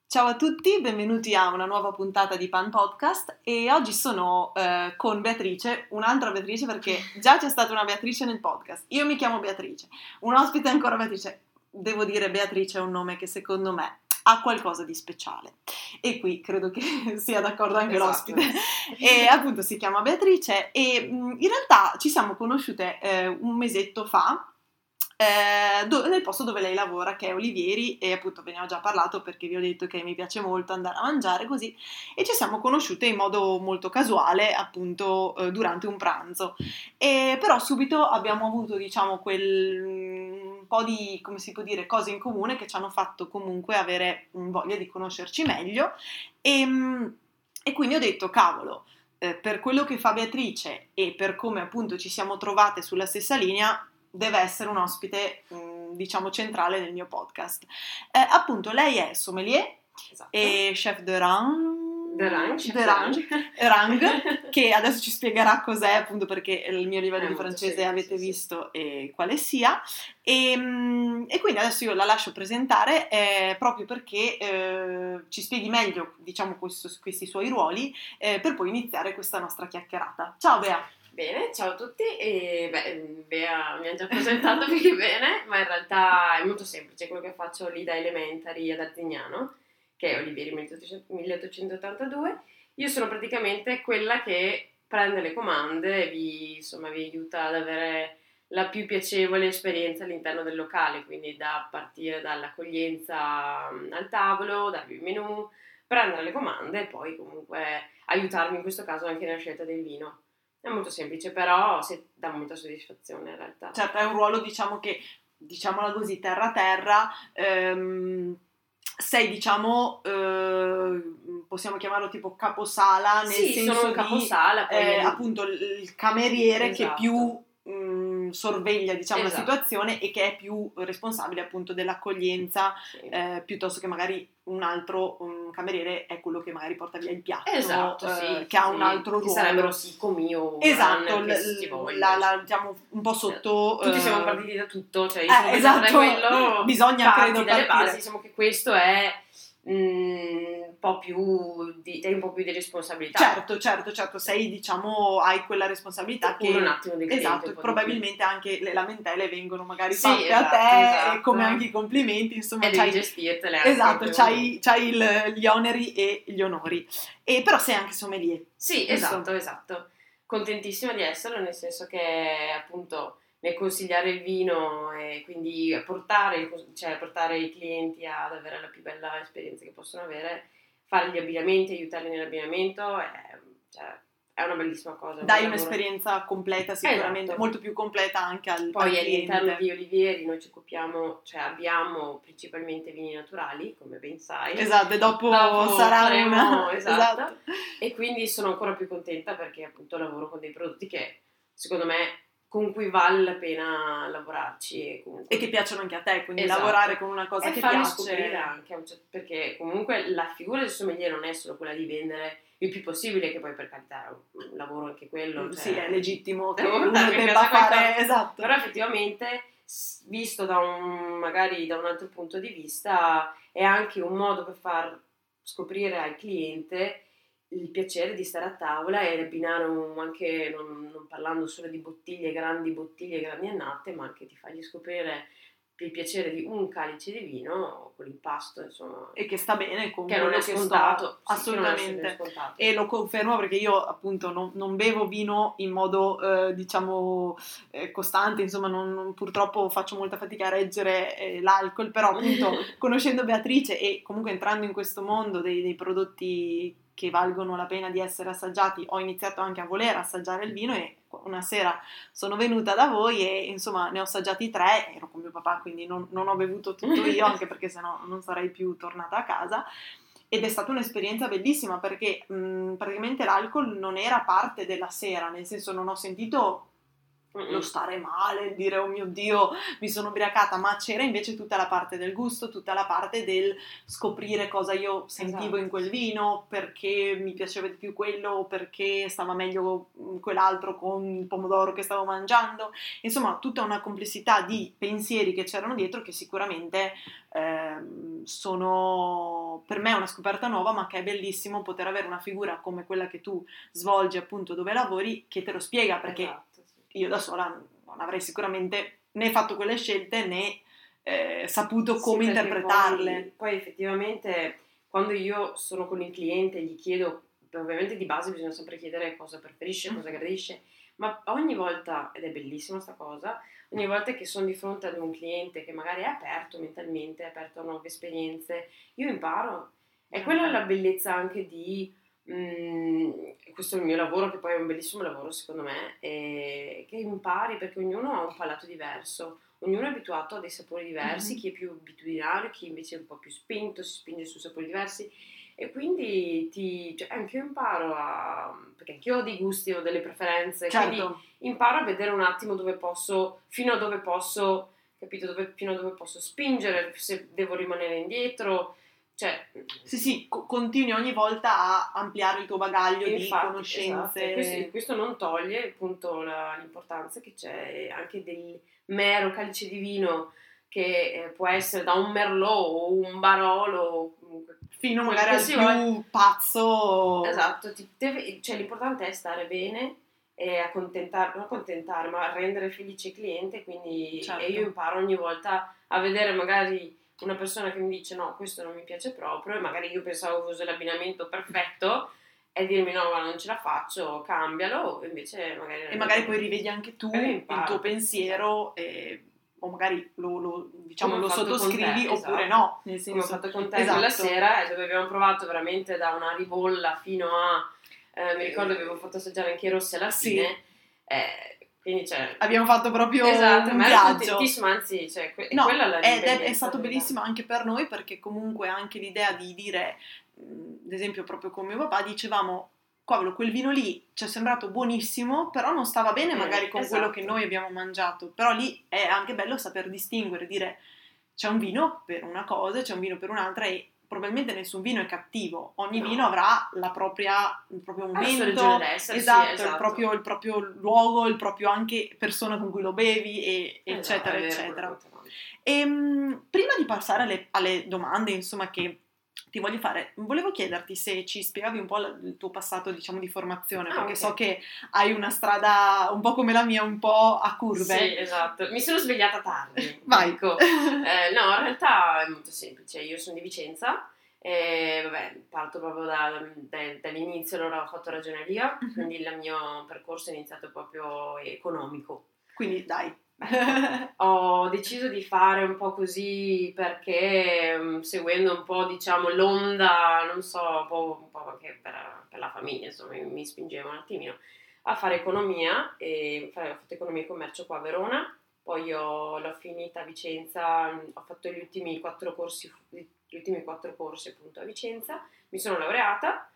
Ciao a tutti, benvenuti a una nuova puntata di Pan Podcast e oggi sono con Beatrice, un'altra Beatrice perché già c'è stata una Beatrice nel podcast. Io mi chiamo Beatrice, un ospite ancora Beatrice. Devo dire Beatrice è un nome che secondo me ha qualcosa di speciale e qui credo che sia d'accordo anche l'ospite. E appunto si chiama Beatrice e in realtà ci siamo conosciute un mesetto fa. Nel posto dove lei lavora, che è Olivieri, e appunto ve ne ho già parlato perché vi ho detto che mi piace molto andare a mangiare così, e ci siamo conosciute in modo molto casuale appunto durante un pranzo, e però subito abbiamo avuto diciamo un po' di, come si può dire, cose in comune che ci hanno fatto comunque avere voglia di conoscerci meglio e quindi ho detto cavolo, per quello che fa Beatrice e per come appunto ci siamo trovate sulla stessa linea deve essere un ospite, diciamo, centrale nel mio podcast. Appunto, lei è sommelier e chef de rang, che adesso ci spiegherà cos'è, appunto perché il mio livello di francese avete visto e quale sia. E quindi adesso io la lascio presentare proprio perché ci spieghi meglio, diciamo, questi suoi ruoli per poi iniziare questa nostra chiacchierata. Ciao Bea! Bene, ciao a tutti, e Bea mi ha già presentato più che bene, ma in realtà è molto semplice quello che faccio lì da Elementary ad Arzignano, che è Olivieri 1882. Io sono praticamente quella che prende le comande e vi aiuta ad avere la più piacevole esperienza all'interno del locale, quindi da partire dall'accoglienza al tavolo, darvi il menù, prendere le comande e poi comunque aiutarmi in questo caso anche nella scelta del vino. È molto semplice, però dà molta soddisfazione in realtà. Certo, è un ruolo, diciamo che, diciamola così, terra, sei, diciamo, possiamo chiamarlo tipo caposala, nel senso sono un caposala, poi appunto il cameriere esatto. che più sorveglia, diciamo, esatto. la situazione e che è più responsabile appunto dell'accoglienza, sì. piuttosto che magari un altro cameriere è quello che magari porta via il piatto, esatto, che ha un altro ruolo. Che sarebbero sicomi o esatto, diciamo un po' sotto. Tutti siamo partiti da tutto, cioè esatto, quello, bisogna credo dalle partire. basi, diciamo che questo è un po' più di responsabilità. Certo, sei, diciamo, hai quella responsabilità che un attimo del cliente, esatto, probabilmente anche le lamentele vengono magari sì, fatte a te, e come anche i complimenti, insomma, e devi gestirtele anche. Esatto, c'hai gli oneri e gli onori. E però sei anche sommelier. Sì, esatto. Contentissima di esserlo, nel senso che appunto nel consigliare il vino e quindi portare i clienti ad avere la più bella esperienza che possono avere, fare gli abbinamenti, aiutarli nell'abbinamento, è una bellissima cosa. Dai un'esperienza completa sicuramente, esatto. Molto più completa anche al Poi cliente. All'interno di Olivieri noi ci occupiamo, abbiamo principalmente vini naturali, come ben sai. Esatto, e dopo saremo esatto. E quindi sono ancora più contenta perché appunto lavoro con dei prodotti che secondo me con cui vale la pena lavorarci e che piacciono anche a te, quindi lavorare con una cosa che piace. Scoprire anche, perché comunque la figura del sommelier non è solo quella di vendere il più possibile, che poi per carità è un lavoro anche quello. Sì, è legittimo che uno debba fare, esatto. Però effettivamente, visto magari da un altro punto di vista, è anche un modo per far scoprire al cliente il piacere di stare a tavola e abbinare anche, non parlando solo di grandi bottiglie, grandi annate, ma anche di fargli scoprire il piacere di un calice di vino con l'impasto, insomma. E che sta bene con che non è scontato. Assolutamente. E lo confermo perché io appunto non bevo vino in modo diciamo costante, insomma purtroppo faccio molta fatica a reggere l'alcol, però appunto conoscendo Beatrice e comunque entrando in questo mondo dei prodotti che valgono la pena di essere assaggiati, ho iniziato anche a voler assaggiare il vino e una sera sono venuta da voi e insomma ne ho assaggiati 3, ero con mio papà quindi non ho bevuto tutto io anche perché sennò non sarei più tornata a casa ed è stata un'esperienza bellissima perché praticamente l'alcol non era parte della sera, nel senso non ho sentito lo stare male, il dire oh mio Dio mi sono ubriacata, ma c'era invece tutta la parte del gusto, tutta la parte del scoprire cosa io sentivo in quel vino, perché mi piaceva di più quello o perché stava meglio quell'altro con il pomodoro che stavo mangiando, insomma tutta una complessità di pensieri che c'erano dietro che sicuramente sono per me una scoperta nuova, ma che è bellissimo poter avere una figura come quella che tu svolgi appunto dove lavori che te lo spiega, perché Esatto, sì. io da sola non avrei sicuramente né fatto quelle scelte né saputo come Sì, perché interpretarle. poi effettivamente quando io sono con il cliente gli chiedo, ovviamente di base bisogna sempre chiedere cosa preferisce, cosa gradisce, ma ogni volta, ed è bellissima sta cosa, ogni volta che sono di fronte ad un cliente che magari è aperto mentalmente, è aperto a nuove esperienze, io imparo. E quella è la bellezza anche di questo è il mio lavoro, che poi è un bellissimo lavoro secondo me, che impari perché ognuno ha un palato diverso, ognuno è abituato a dei sapori diversi, chi è più abitudinario, chi invece è un po' più spinto, si spinge su sapori diversi e quindi cioè, anche io imparo perché anche io ho dei gusti, ho delle preferenze, quindi Certo, imparo a vedere un attimo dove posso, fino a dove posso, capito, fino a dove posso spingere, se devo rimanere indietro, cioè sì, continui ogni volta a ampliare il tuo bagaglio di infatti, esatto, e conoscenze. questo non toglie appunto l'importanza che c'è anche del mero calice di vino che può essere da un Merlot o un Barolo o comunque Fino quello magari che al si voglia. più pazzo. Esatto, cioè l'importante è stare bene e accontentare, non accontentare, ma rendere felice il cliente, quindi e io Certo. imparo ogni volta a vedere magari una persona che mi dice no, questo non mi piace proprio e magari io pensavo fosse l'abbinamento perfetto e dirmi no, ma non ce la faccio, cambialo, invece magari E magari poi rivedi anche tu e io il tuo imparo, pensiero o magari diciamo, come ho lo fatto con sottoscrivi te, oppure esatto. no, nel Come ho senso, fatto con te quella esatto. sera, dove abbiamo provato veramente da una ribolla fino a mi ricordo che avevo fatto assaggiare anche i rossi alla Sì. fine, quindi cioè Abbiamo fatto proprio esatto, un ma ero viaggio. contentissima, anzi, cioè, No, quella è la è bellezza stato bellissimo anche per noi perché comunque anche l'idea di dire, ad esempio proprio con mio papà, dicevamo, cavolo, quel vino lì ci è sembrato buonissimo, però non stava bene magari con quello che esatto. noi abbiamo mangiato, però lì è anche bello saper distinguere, dire c'è un vino per una cosa, c'è un vino per un'altra e probabilmente nessun vino è cattivo, ogni No. vino avrà il proprio Ha la sua ragione momento, d'essere, sì, esatto, esatto. il proprio luogo, il proprio anche persona con cui lo bevi, Esatto, eccetera, è vero quello eccetera. che ho detto. Prima di passare alle domande, insomma, che ti voglio fare, volevo chiederti se ci spiegavi un po' il tuo passato, diciamo, di formazione, perché ok. so che hai una strada un po' come la mia, un po' a curve. Sì, esatto. Mi sono svegliata tardi. Vai. Ecco. No, in realtà è molto semplice. Io sono di Vicenza e vabbè, parto proprio dall'inizio, allora ho fatto ragioneria, quindi il mio percorso è iniziato proprio economico. Quindi dai. Ho deciso di fare un po' così perché seguendo un po' diciamo l'onda, non so, un po' anche per la famiglia, insomma, mi spingeva un attimino a fare economia e ho fatto economia e commercio qua a Verona, poi l'ho finita a Vicenza, ho fatto gli ultimi 4 corsi appunto a Vicenza, mi sono laureata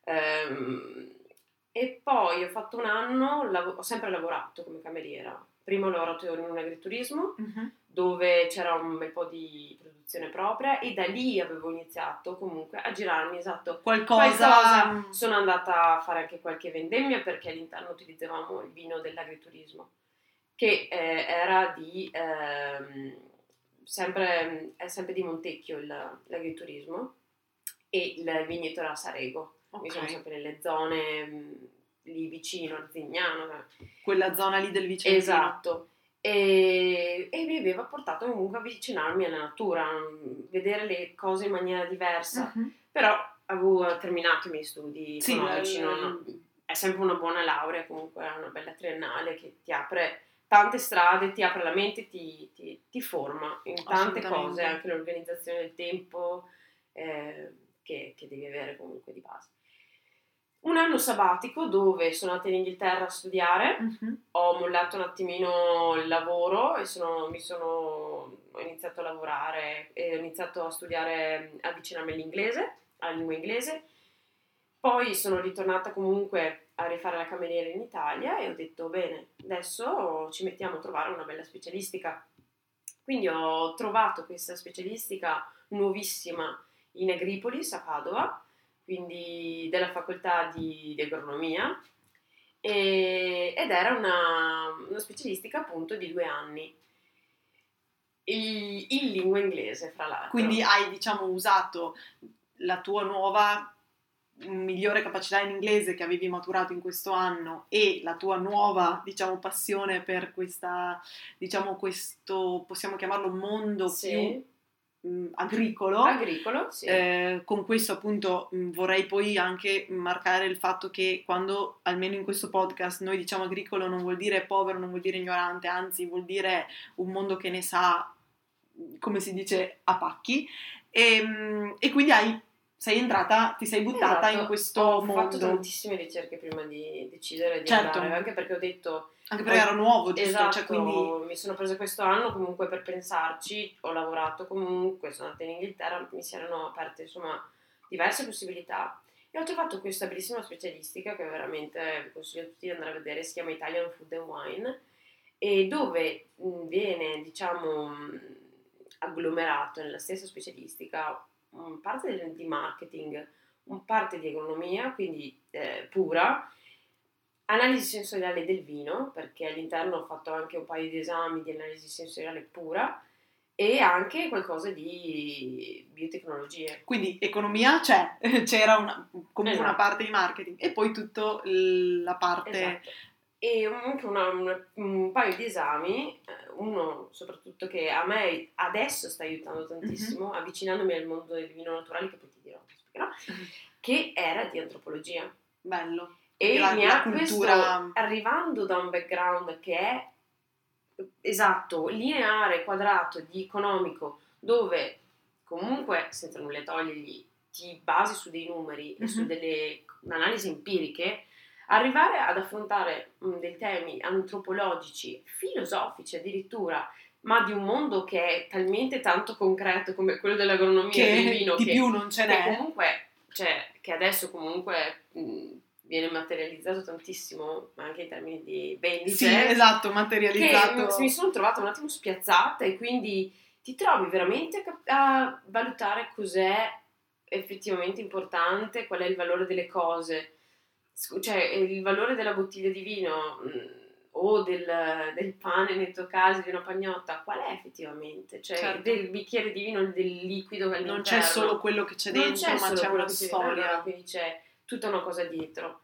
e poi ho fatto un anno, ho sempre lavorato come cameriera. Prima ho lavorato in un agriturismo dove c'era un bel po' di produzione propria e da lì avevo iniziato comunque a girarmi, esatto, qualcosa. Sono andata a fare anche qualche vendemmia perché all'interno utilizzavamo il vino dell'agriturismo che era è sempre di Montecchio l'agriturismo e il vigneto era a Sarego. Quindi siamo sempre nelle zone lì vicino a Zignano. Quella zona lì del Vicentino. Esatto. E mi aveva portato comunque a avvicinarmi alla natura, vedere le cose in maniera diversa. Però avevo terminato i miei studi economici, è sempre una buona laurea, comunque è una bella triennale che ti apre tante strade, ti apre la mente, ti forma in tante cose, anche l'organizzazione del tempo che devi avere comunque di base. Un anno sabbatico dove sono andata in Inghilterra a studiare, ho mollato un attimino il lavoro e ho iniziato a lavorare e ho iniziato a studiare, avvicinarmi all'inglese, alla lingua inglese. Poi sono ritornata comunque a rifare la cameriera in Italia e ho detto bene, adesso ci mettiamo a trovare una bella specialistica. Quindi ho trovato questa specialistica nuovissima in Agripolis a Padova, quindi della facoltà di agronomia, ed era una specialistica appunto di 2 anni, in lingua inglese fra l'altro. Quindi hai, diciamo, usato la tua nuova migliore capacità in inglese che avevi maturato in questo anno e la tua nuova, diciamo, passione per questa, diciamo, questo, possiamo chiamarlo mondo Sì. più agricolo. Agricolo, sì. Con questo appunto vorrei poi anche marcare il fatto che quando, almeno in questo podcast, noi diciamo agricolo non vuol dire povero, non vuol dire ignorante, anzi vuol dire un mondo che ne sa, come si dice, a pacchi, e quindi sei entrata, ti sei buttata Esatto. in questo Ho mondo. fatto tantissime ricerche prima di decidere di Certo. andare, anche perché ho detto... Anche perché era nuovo, giusto? Esatto, Cioè, quindi... mi sono presa questo anno comunque per pensarci, ho lavorato comunque, sono andata in Inghilterra, mi si erano aperte insomma diverse possibilità e ho trovato questa bellissima specialistica che veramente vi consiglio a tutti di andare a vedere, si chiama Italian Food and Wine, e dove viene, diciamo, agglomerato nella stessa specialistica parte di marketing, parte di agronomia, quindi pura, analisi sensoriale del vino, perché all'interno ho fatto anche un paio di esami di analisi sensoriale pura, e anche qualcosa di biotecnologie. Quindi economia c'era comunque una parte di marketing e poi tutta la parte... Esatto. E anche un paio di esami, uno soprattutto che a me adesso sta aiutando tantissimo, avvicinandomi al mondo del vino naturale, che poi ti dirò, che era di antropologia. Bello. E mi ha questo, arrivando da un background che è esatto, lineare, quadrato, di economico, dove comunque, senza nulla togliergli, ti basi su dei numeri e su delle analisi empiriche, arrivare ad affrontare dei temi antropologici, filosofici addirittura, ma di un mondo che è talmente tanto concreto come quello dell'agronomia e del vino, di più non ce n'è. Che comunque, cioè, che adesso comunque viene materializzato tantissimo, anche in termini di bendice. Sì, esatto, materializzato. Che mi sono trovata un attimo spiazzata e quindi ti trovi veramente a valutare cos'è effettivamente importante, qual è il valore delle cose. Cioè il valore della bottiglia di vino o del pane nel tuo caso, di una pagnotta, qual è effettivamente? Cioè certo. del bicchiere di vino, del liquido che all'interno. Non c'è solo quello che c'è dentro, ma c'è una storia. Quindi c'è tutta una cosa dietro.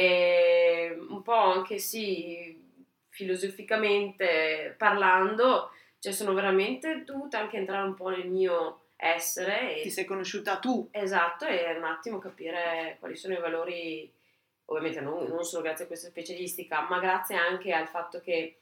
E un po' anche sì, filosoficamente parlando, cioè sono veramente dovuta anche entrare un po' nel mio essere. Ti sei conosciuta tu. Esatto, e un attimo capire quali sono i valori. Ovviamente non solo grazie a questa specialistica, ma grazie anche al fatto che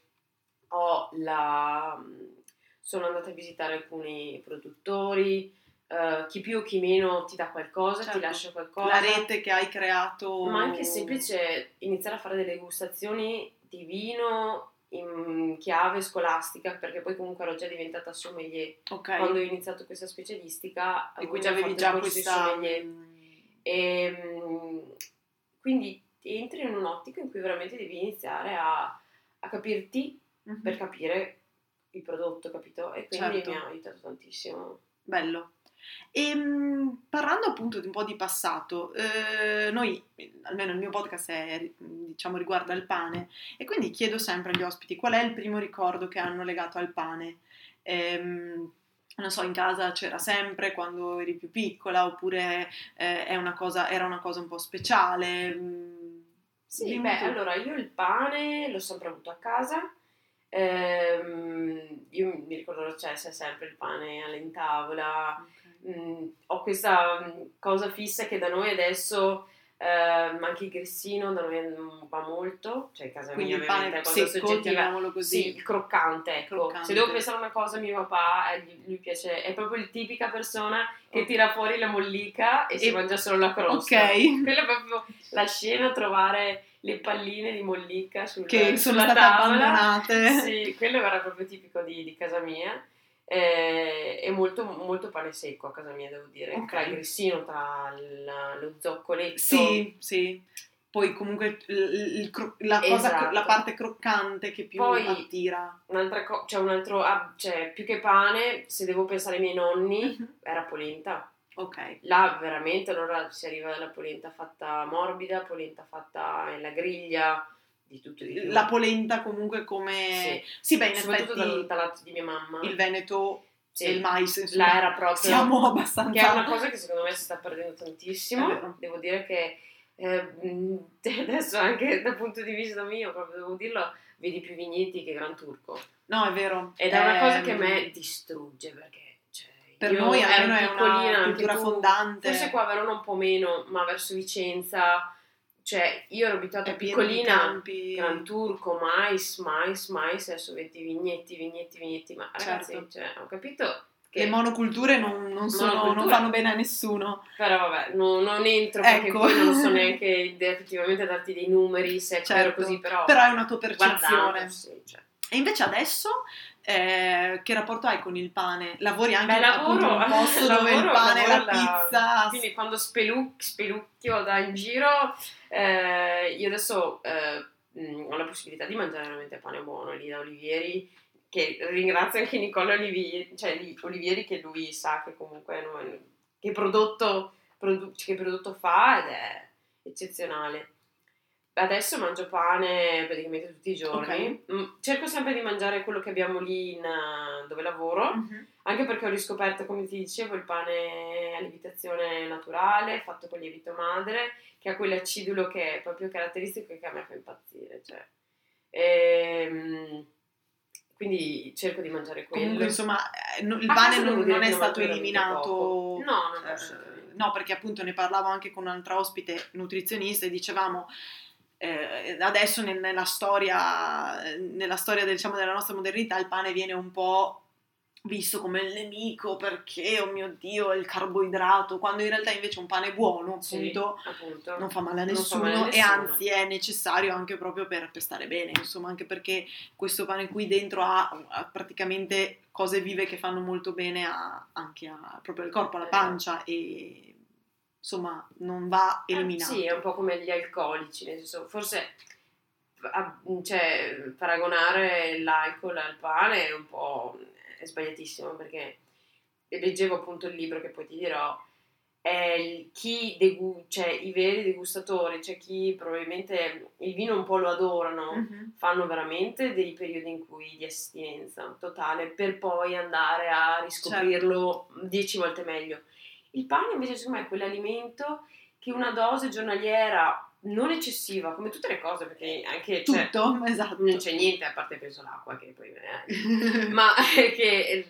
sono andata a visitare alcuni produttori, chi più chi meno ti dà qualcosa, certo, ti lascia qualcosa. La rete che hai creato. Ma anche semplice iniziare a fare delle degustazioni di vino in chiave scolastica, perché poi comunque ero già diventata sommelier quando ho iniziato questa specialistica. E quindi avevi già questa... Quindi entri in un'ottica in cui veramente devi iniziare a capirti per capire il prodotto, capito? E quindi mi ha aiutato tantissimo. Bello. E parlando appunto di un po' di passato, noi, almeno il mio podcast diciamo riguarda il pane, e quindi chiedo sempre agli ospiti qual è il primo ricordo che hanno legato al pane. Non so, in casa c'era sempre quando eri più piccola, oppure era una cosa un po' speciale. Sì, allora io il pane l'ho sempre avuto a casa. Io mi ricordo c'è sempre il pane in tavola. Ho questa cosa fissa che da noi adesso anche il grissino da noi va molto, cioè casa quindi mia il pane secco, chiamiamolo così. Sì, il croccante, ecco. Se devo pensare a una cosa, mio papà lui piace, è proprio il tipica persona che tira fuori la mollica e si mangia solo la crosta. Quella è proprio la scena, trovare le palline di mollica che sono sulla state tavola. abbandonate. Sì, quello era proprio tipico di casa mia. e molto, molto pane secco a casa mia, devo dire, tra il grissino, tra lo zoccoletto. Sì. Poi comunque la Esatto. parte croccante che più poi, attira. Un'altra cosa, cioè più che pane, se devo pensare ai miei nonni, era polenta. Ok. Là veramente allora si arriva dalla polenta fatta morbida, polenta fatta nella griglia, di tutto e di più. La polenta comunque come... Sì, beh, in soprattutto effetti dal lato di mia mamma. il Veneto Sì, e il mais, insomma, là era proprio... siamo abbastanza... Che è una cosa che secondo me si sta perdendo tantissimo. Devo dire che adesso anche dal punto di vista mio, proprio devo dirlo, vedi più vigneti che Gran Turco. No, è vero. Ed è una cosa che a me distrugge, perché per noi almeno è una cultura tu, fondante. Forse qua a Verona un po' meno, ma verso Vicenza, cioè io ero abituata piccolina, Gran Turco, mais, adesso vedi vigneti, ma ragazzi, certo. cioè, ho capito che le monoculture non fanno bene a nessuno. Però vabbè, non entro perché poi non so neanche effettivamente darti dei numeri se è vero così, però è una tua percezione. Sì, cioè. E invece adesso che rapporto hai con il pane? Lavori anche lavoro, in un posto dove il pane, la pizza... Quindi quando spelucchio da in giro, io adesso ho la possibilità di mangiare veramente pane buono lì da Olivieri, che ringrazio anche Nicola Olivieri, che lui sa che comunque che prodotto fa ed è eccezionale. Adesso mangio pane praticamente tutti i giorni. Cerco sempre di mangiare quello che abbiamo lì dove lavoro, anche perché ho riscoperto, come ti dicevo, il pane a lievitazione naturale, fatto con lievito madre, che ha quell'acidulo che è proprio caratteristico e che a me fa impazzire. Cioè. Quindi cerco di mangiare quello. Comunque, insomma, il pane non è stato eliminato. No, perché appunto ne parlavo anche con un'altra ospite nutrizionista e dicevamo adesso nella storia diciamo della nostra modernità il pane viene un po' visto come il nemico perché, oh mio Dio, è il carboidrato, quando in realtà invece un pane buono, appunto. Non fa male a nessuno e anzi è necessario anche proprio per stare bene, insomma, anche perché questo pane qui dentro ha praticamente cose vive che fanno molto bene anche proprio al corpo, alla pancia e insomma non va eliminato. Sì, è un po' come gli alcolici, nel senso, forse paragonare l'alcol al pane è un po' sbagliatissimo, perché leggevo appunto il libro che poi ti dirò, è i veri degustatori, cioè chi probabilmente il vino un po' lo adorano, fanno veramente dei periodi in cui di astinenza totale per poi andare a riscoprirlo 10 volte meglio. Il pane invece secondo me è quell'alimento che una dose giornaliera non eccessiva, come tutte le cose, perché anche tutto, esatto, non c'è niente a parte penso l'acqua che poi ma che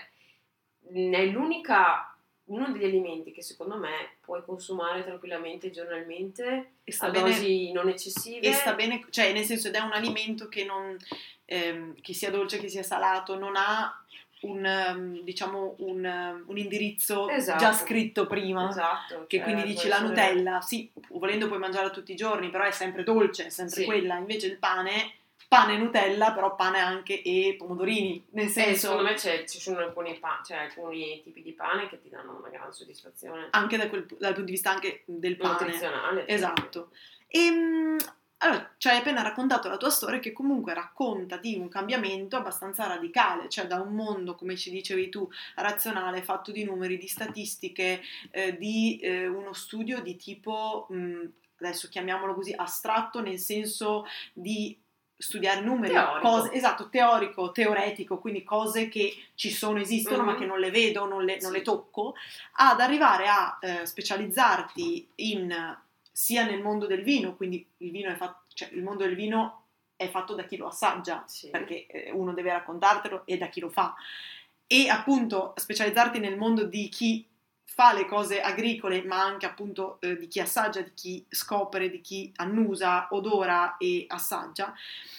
è uno degli alimenti che secondo me puoi consumare tranquillamente giornalmente a dosi non eccessive e sta bene, cioè nel senso ed è un alimento che non che sia dolce che sia salato, non ha un indirizzo già scritto prima, che quindi dici la Nutella, sì, volendo puoi mangiarla tutti i giorni, però è sempre dolce, è sempre quella, invece il pane Nutella, però pane anche e pomodorini, nel senso... secondo me ci sono alcuni tipi di pane che ti danno una gran soddisfazione. Anche dal punto di vista anche del pane. Nutrizionale. Esatto. Allora, ci hai appena raccontato la tua storia che comunque racconta di un cambiamento abbastanza radicale, cioè da un mondo, come ci dicevi tu, razionale, fatto di numeri, di statistiche, di uno studio di tipo, adesso chiamiamolo così, astratto, nel senso di studiare numeri, cose, esatto, teoretico, quindi cose che ci sono, esistono, ma che non le vedo, non le tocco, ad arrivare a specializzarti sia nel mondo del vino, quindi il vino il mondo del vino è fatto da chi lo assaggia, perché uno deve raccontartelo e da chi lo fa, e appunto specializzarti nel mondo di chi fa le cose agricole, ma anche appunto di chi assaggia, di chi scopre, di chi annusa, odora e assaggia,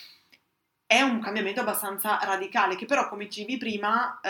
è un cambiamento abbastanza radicale che però, come dicevi prima,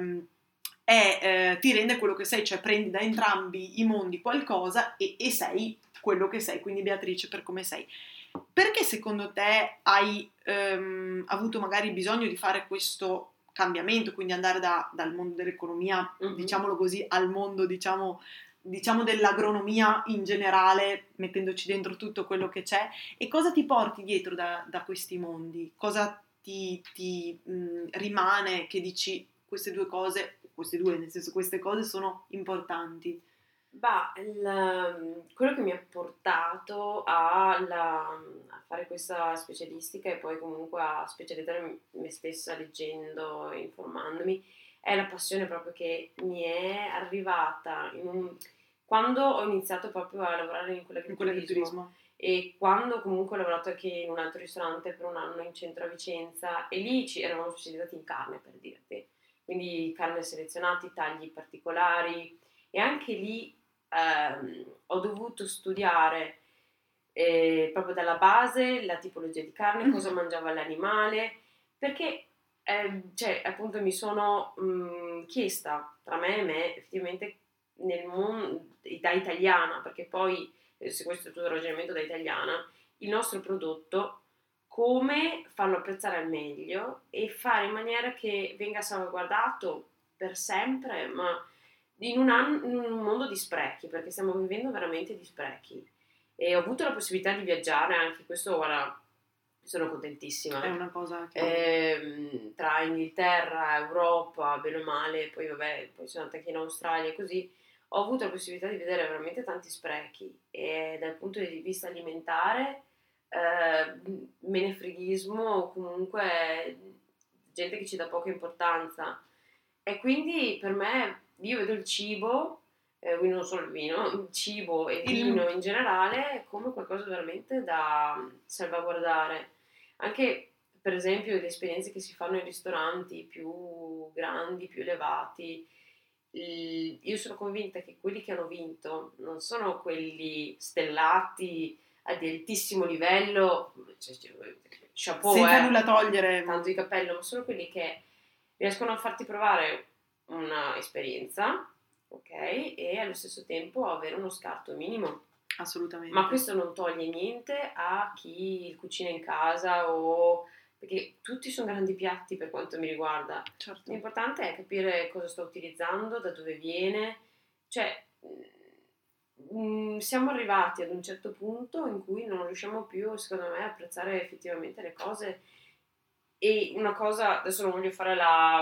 ti rende quello che sei, cioè prendi da entrambi i mondi qualcosa e sei quello che sei, quindi Beatrice per come sei. Perché secondo te hai avuto magari bisogno di fare questo cambiamento, quindi andare dal mondo dell'economia, diciamolo così, al mondo, diciamo dell'agronomia in generale, mettendoci dentro tutto quello che c'è. E cosa ti porti dietro da questi mondi? Cosa ti rimane che dici queste due cose, nel senso queste cose sono importanti? Quello che mi ha portato a fare questa specialistica e poi comunque a specializzare me stessa leggendo, informandomi, è la passione proprio che mi è arrivata quando ho iniziato proprio a lavorare in quell'agriturismo e quando comunque ho lavorato anche in un altro ristorante per un anno in centro a Vicenza, e lì eravamo specializzati in carne, per dirti, quindi carne selezionati, tagli particolari, e anche lì ho dovuto studiare proprio dalla base la tipologia di carne, cosa mangiava l'animale, perché cioè, appunto mi sono chiesta tra me e me effettivamente nel mondo da italiana, perché poi se questo è tutto il ragionamento da italiana, il nostro prodotto come farlo apprezzare al meglio e fare in maniera che venga salvaguardato per sempre, ma in un mondo di sprechi, perché stiamo vivendo veramente di sprechi. E ho avuto la possibilità di viaggiare, anche questo, guarda, sono contentissima. È una cosa che... tra Inghilterra, Europa, bene o male, poi vabbè, poi sono andata anche in Australia e così, ho avuto la possibilità di vedere veramente tanti sprechi, e dal punto di vista alimentare, menefreghismo, o comunque gente che ci dà poca importanza. E quindi per me, io vedo il cibo, quindi non solo il vino, il cibo e il vino in generale come qualcosa veramente da salvaguardare. Anche per esempio le esperienze che si fanno in ristoranti più grandi, più elevati, io sono convinta che quelli che hanno vinto non sono quelli stellati di altissimo livello, cioè, chapeau, senza nulla togliere, tanto di cappello, ma sono quelli che riescono a farti provare una esperienza, ok, e allo stesso tempo avere uno scarto minimo. Assolutamente. Ma questo non toglie niente a chi cucina in casa, o perché tutti sono grandi piatti per quanto mi riguarda. Certo. L'importante è capire cosa sto utilizzando, da dove viene, cioè siamo arrivati ad un certo punto in cui non riusciamo più, secondo me, a apprezzare effettivamente le cose. E una cosa, adesso non voglio fare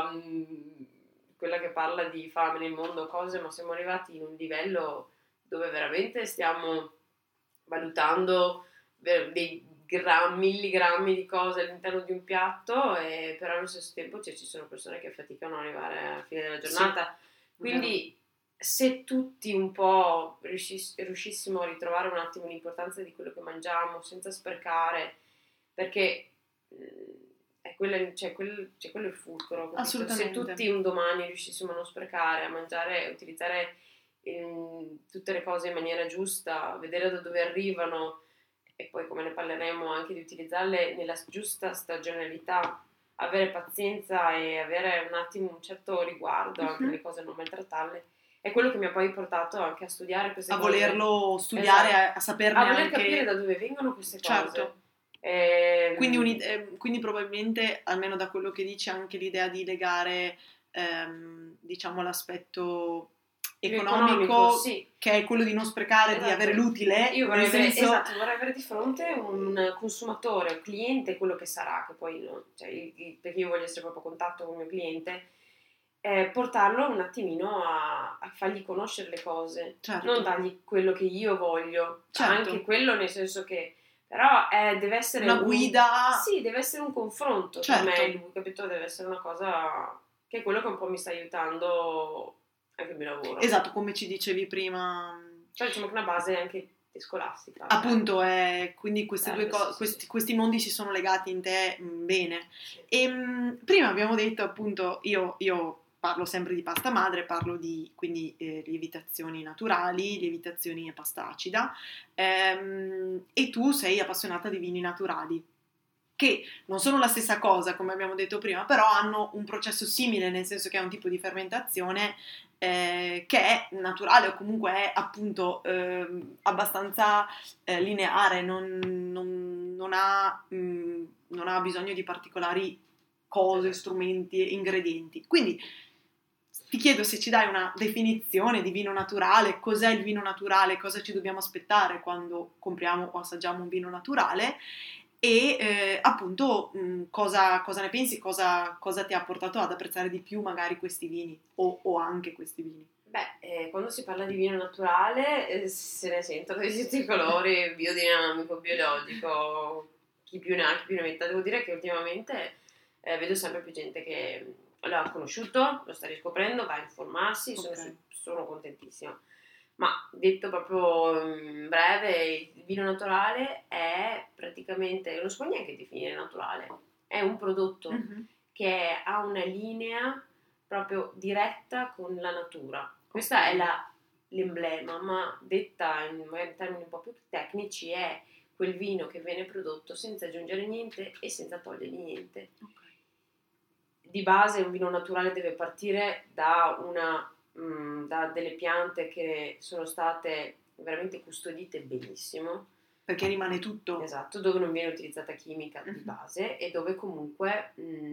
quella che parla di fame nel mondo, cose, ma siamo arrivati in un livello dove veramente stiamo valutando dei milligrammi di cose all'interno di un piatto, e però allo stesso tempo ci sono persone che faticano ad arrivare alla fine della giornata. Sì. Quindi se tutti un po' riuscissimo a ritrovare un attimo l'importanza di quello che mangiamo senza sprecare, perché quello è il fulcro. Assolutamente. Se tutti un domani riuscissimo a non sprecare, a mangiare, a utilizzare tutte le cose in maniera giusta, vedere da dove arrivano, e poi, come ne parleremo, anche di utilizzarle nella giusta stagionalità, avere pazienza e avere un attimo un certo riguardo anche alle cose, non maltrattarle, è quello che mi ha poi portato anche a studiare queste cose, a volerlo studiare, esatto. a saperne a voler anche... capire da dove vengono queste cose. Certo. Quindi probabilmente, almeno da quello che dici, anche l'idea di legare diciamo l'aspetto economico, sì, che è quello di non sprecare, esatto. Di avere l'utile. Io vorrei avere di fronte un consumatore, un cliente, quello che sarà, che poi cioè, perché io voglio essere proprio a contatto con il mio cliente, portarlo un attimino a fargli conoscere le cose, certo. Non dargli quello che io voglio, certo. Anche quello, nel senso che però deve essere una guida, sì, deve essere un confronto, certo. Per me lui, capito? Deve essere una cosa che è quello che un po' mi sta aiutando anche il mio lavoro. Esatto, come ci dicevi prima. Cioè diciamo che una base anche scolastica. Appunto, quindi queste due cose, questi mondi si sono legati in te bene. Sì. E prima abbiamo detto, appunto, io parlo sempre di pasta madre, parlo di quindi lievitazioni naturali, lievitazioni a pasta acida, e tu sei appassionata di vini naturali, che non sono la stessa cosa, come abbiamo detto prima, però hanno un processo simile, nel senso che è un tipo di fermentazione che è naturale, o comunque è appunto abbastanza lineare, non ha bisogno di particolari cose, strumenti, ingredienti. Quindi ti chiedo se ci dai una definizione di vino naturale, cos'è il vino naturale, cosa ci dobbiamo aspettare quando compriamo o assaggiamo un vino naturale e appunto cosa ne pensi, cosa ti ha portato ad apprezzare di più magari questi vini o anche questi vini. Beh, quando si parla di vino naturale se ne sentono di tutti i colori, biodinamico, biologico, chi più ne ha, chi più ne metta. Devo dire che ultimamente vedo sempre più gente che l'ha conosciuto, lo sta riscoprendo, va a informarsi, Okay. sono contentissima. Ma detto proprio in breve, il vino naturale è praticamente, non si può neanche definire naturale, è un prodotto Mhm. che ha una linea proprio diretta con la natura. Questa è l'emblema, ma detta magari in termini un po' più tecnici è quel vino che viene prodotto senza aggiungere niente e senza togliere niente. Ok. Di base un vino naturale deve partire da delle piante che sono state veramente custodite benissimo. Perché rimane tutto. Esatto, dove non viene utilizzata chimica di base e dove comunque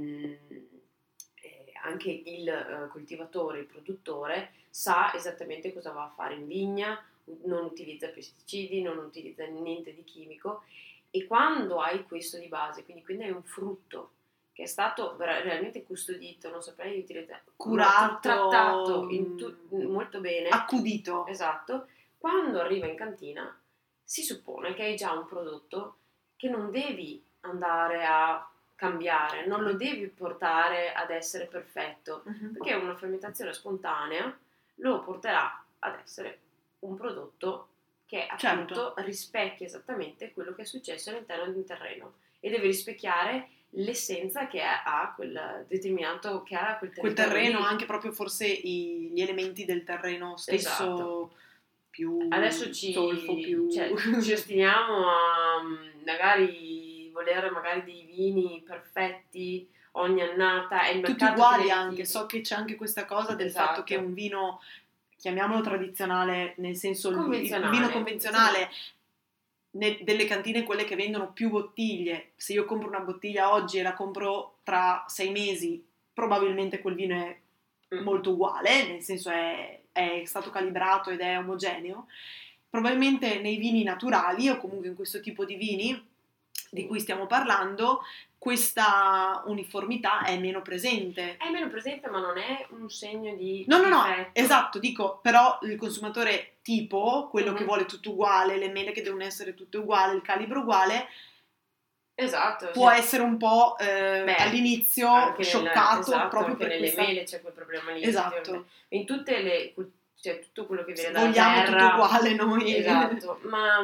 anche il coltivatore, il produttore sa esattamente cosa va a fare in vigna, non utilizza pesticidi, non utilizza niente di chimico, e quando hai questo di base, quindi hai un frutto che è stato realmente custodito, non saprei utilizzare, Curato, trattato molto bene, accudito. esatto, quando arriva in cantina si suppone che hai già un prodotto che non devi andare a cambiare, non lo devi portare ad essere perfetto, perché una fermentazione spontanea lo porterà ad essere un prodotto che appunto rispecchia esattamente quello che è successo all'interno di un terreno e deve rispecchiare l'essenza che ha quel determinato, che ha quel terreno, lì. anche proprio forse gli elementi del terreno stesso. Esatto. Più adesso zolfo, più ci ostiniamo a magari volere magari dei vini perfetti ogni annata, è il tutti mercato uguali che ne anche. chiede. So che c'è anche questa cosa del Esatto. fatto che un vino, chiamiamolo tradizionale, nel senso il Convenzionale. vino convenzionale delle cantine, quelle che vendono più bottiglie, se io compro una bottiglia oggi e la compro tra 6 mesi, probabilmente quel vino è molto uguale, nel senso è stato calibrato ed è omogeneo. Probabilmente nei vini naturali o comunque in questo tipo di vini di cui stiamo parlando, questa uniformità è meno presente. È meno presente, ma non è un segno di No, difetto. esatto, dico, però il consumatore tipo, quello che vuole tutto uguale, le mele che devono essere tutte uguali, il calibro uguale, esatto, può essere un po' all'inizio scioccato proprio anche per nelle questa... mele c'è quel problema lì. Esatto. In tutte le, cioè tutto quello che viene dalla Vogliamo terra, tutto uguale noi. esatto, ma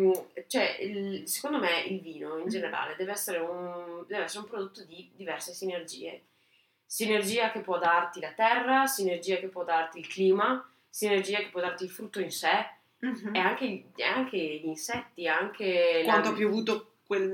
secondo me il vino in generale deve essere un prodotto di diverse sinergia che può darti la terra, sinergia che può darti il clima, sinergia che può darti il frutto in sé, e anche gli insetti, anche quanto ha piovuto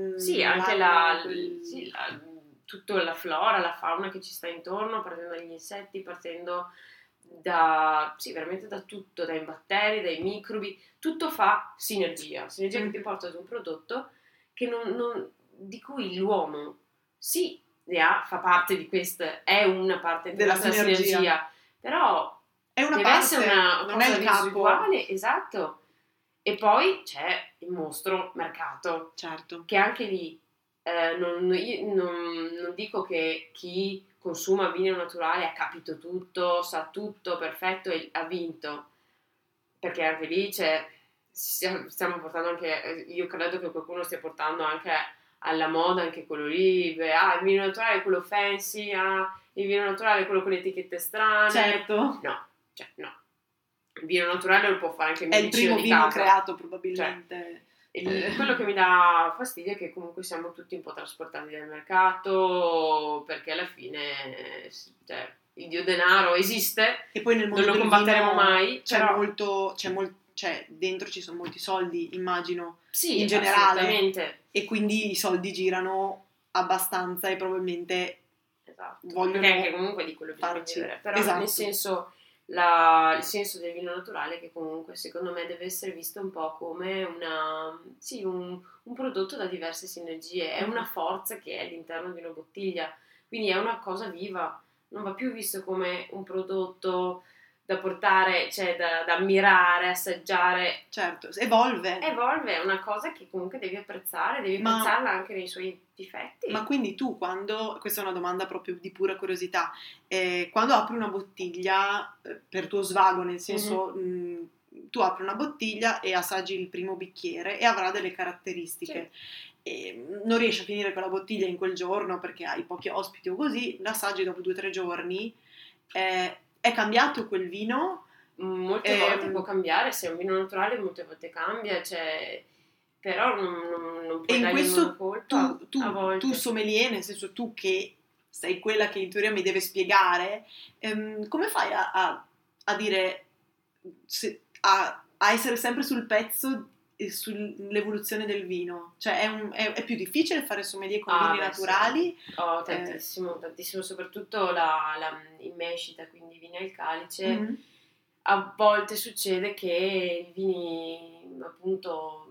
tutta la flora, la fauna che ci sta intorno, partendo dagli insetti, partendo veramente da tutto, dai batteri, dai microbi, tutto fa sinergia che ti porta ad un prodotto che di cui l'uomo fa parte di questa, è una parte della sinergia, però è una deve parte, essere una non cosa è il capo. visuale, esatto. E poi c'è il mostro mercato, certo, che anche lì io non dico che chi consuma vino naturale ha capito tutto, sa tutto, perfetto e ha vinto, perché anche lì stiamo portando anche, io credo che qualcuno stia portando anche alla moda anche quello lì, il vino naturale è quello fancy, il vino naturale è quello con le etichette strane. Certo. No. Il vino naturale lo può fare anche il mio vicino di casa. È il primo vino creato probabilmente. Quello che mi dà fastidio è che comunque siamo tutti un po' trasportati dal mercato, perché alla fine il dio denaro esiste e poi nel mondo non lo combatteremo mai. Dentro ci sono molti soldi, immagino, sì, in generale, assolutamente. E quindi i soldi girano abbastanza e probabilmente vogliono perché anche comunque di quello bisogna vivere, però nel senso il senso del vino naturale, che comunque secondo me deve essere visto un po' come un prodotto da diverse sinergie, è una forza che è all'interno di una bottiglia, quindi è una cosa viva, non va più visto come un prodotto da portare, cioè da ammirare, assaggiare. Certo, evolve. È una cosa che comunque devi apprezzare, devi apprezzarla anche nei suoi difetti. Ma quindi tu quando, questa è una domanda proprio di pura curiosità, quando apri una bottiglia per tuo svago, nel senso tu apri una bottiglia e assaggi il primo bicchiere e avrà delle caratteristiche. Sì. E non riesci a finire quella bottiglia in quel giorno perché hai pochi ospiti o così, l'assaggi dopo 2 o 3 giorni, è cambiato quel vino? Molte volte può cambiare, se è un vino naturale molte volte cambia, cioè, però non puoi dargli una colpa. Tu sommelier, nel senso tu che sei quella che in teoria mi deve spiegare, come fai a dire, a essere sempre sul pezzo sull'evoluzione del vino? Cioè è più difficile fare sommelier con vini naturali? Sì. Tantissimo, soprattutto la immescita, quindi i vini al calice. Mm-hmm. A volte succede che i vini appunto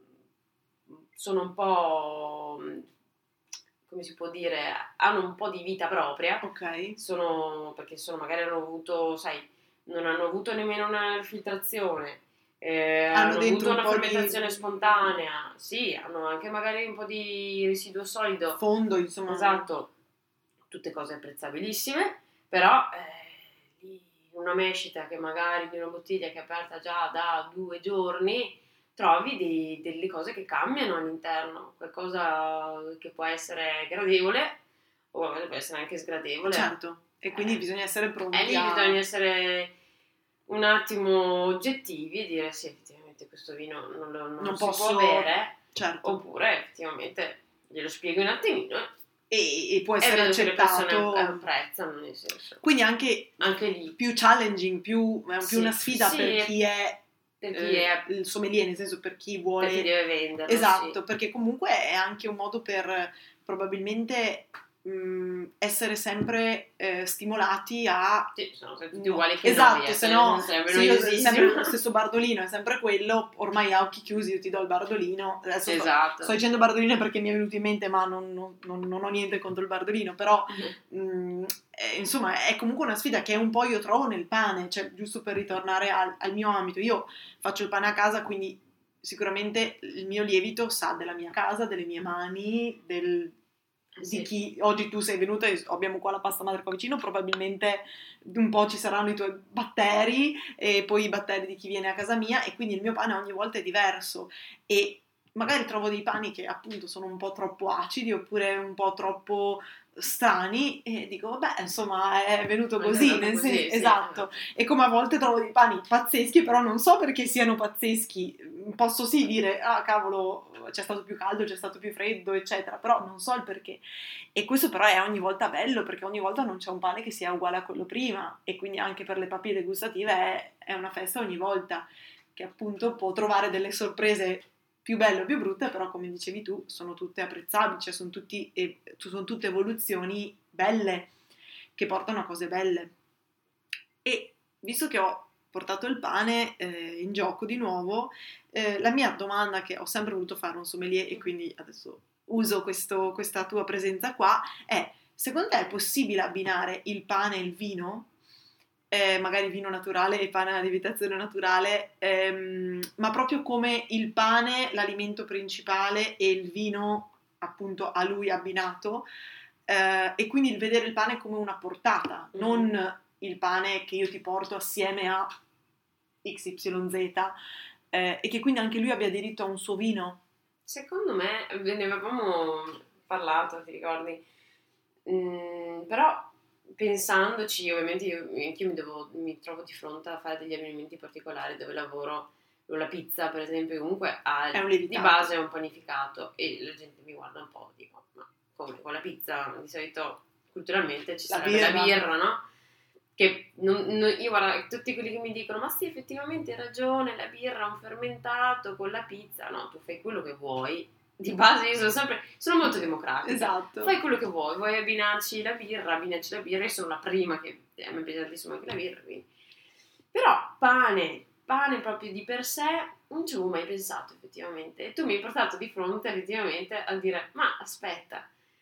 sono un po', come si può dire, hanno un po' di vita propria. Ok. Perché magari hanno avuto, sai, non hanno avuto nemmeno una filtrazione. Hanno avuto una fermentazione spontanea, sì, hanno anche magari un po' di residuo solido, fondo, insomma. Esatto, tutte cose apprezzabilissime, però una mescita che magari di una bottiglia che è aperta già da 2 giorni, trovi delle cose che cambiano all'interno, qualcosa che può essere gradevole o qualcosa che può essere anche sgradevole. Certo, e quindi bisogna essere pronti bisogna essere un attimo oggettivi e dire sì, effettivamente questo vino non si può bere, certo. Oppure effettivamente glielo spiego un attimino e può essere accettato. Le persone apprezzano, nel senso. Quindi anche lì più challenging, più una sfida per chi è il sommelier, nel senso per chi vuole, per chi deve venderlo. Esatto, perché comunque è anche un modo per probabilmente essere sempre stimolati a sono tutti uguali che esatto, se no se io sempre lo stesso bardolino è sempre quello, ormai a occhi chiusi io ti do il bardolino. Adesso sto dicendo bardolino perché mi è venuto in mente, ma non ho niente contro il bardolino, però insomma è comunque una sfida che un po' io trovo nel pane, cioè giusto per ritornare al mio ambito, io faccio il pane a casa, quindi sicuramente il mio lievito sa della mia casa, delle mie mani, di chi oggi tu sei venuta e abbiamo qua la pasta madre qua vicino, probabilmente un po' ci saranno i tuoi batteri e poi i batteri di chi viene a casa mia, e quindi il mio pane ogni volta è diverso e magari trovo dei pani che appunto sono un po' troppo acidi oppure un po' troppo strani e dico vabbè, insomma è venuto così, nel senso, esatto. E come a volte trovo dei pani pazzeschi, però non so perché siano pazzeschi, posso sì dire ah cavolo c'è stato più caldo, c'è stato più freddo eccetera, però non so il perché, e questo però è ogni volta bello perché ogni volta non c'è un pane che sia uguale a quello prima, e quindi anche per le papille gustative è una festa ogni volta, che appunto può trovare delle sorprese più belle o più brutte, però come dicevi tu sono tutte apprezzabili, cioè sono tutte evoluzioni belle che portano a cose belle. E visto che ho portato il pane in gioco di nuovo, la mia domanda che ho sempre voluto fare a un sommelier e quindi adesso uso questa tua presenza qua è: secondo te è possibile abbinare il pane e il vino? Magari vino naturale e pane a lievitazione naturale, ma proprio come il pane l'alimento principale e il vino appunto a lui abbinato, e quindi il vedere il pane come una portata, non il pane che io ti porto assieme a XYZ, e che quindi anche lui abbia diritto a un suo vino. Secondo me, ne avevamo parlato, ti ricordi? Però pensandoci, ovviamente io mi trovo di fronte a fare degli abbinamenti particolari dove lavoro, la pizza per esempio comunque di base è un panificato e la gente mi guarda un po' e dico ma come con la pizza? Di solito culturalmente ci sarebbe la birra, no? Che io guarda, tutti quelli che mi dicono ma sì effettivamente hai ragione, la birra è un fermentato con la pizza, no, tu fai quello che vuoi. Di base io sono molto democratica, esatto. Fai quello che vuoi abbinarci la birra, io sono la prima che a me piace tantissimo anche la birra, quindi. Però pane proprio di per sé non ci avevo mai pensato effettivamente, e tu mi hai portato di fronte effettivamente a dire ma aspetta,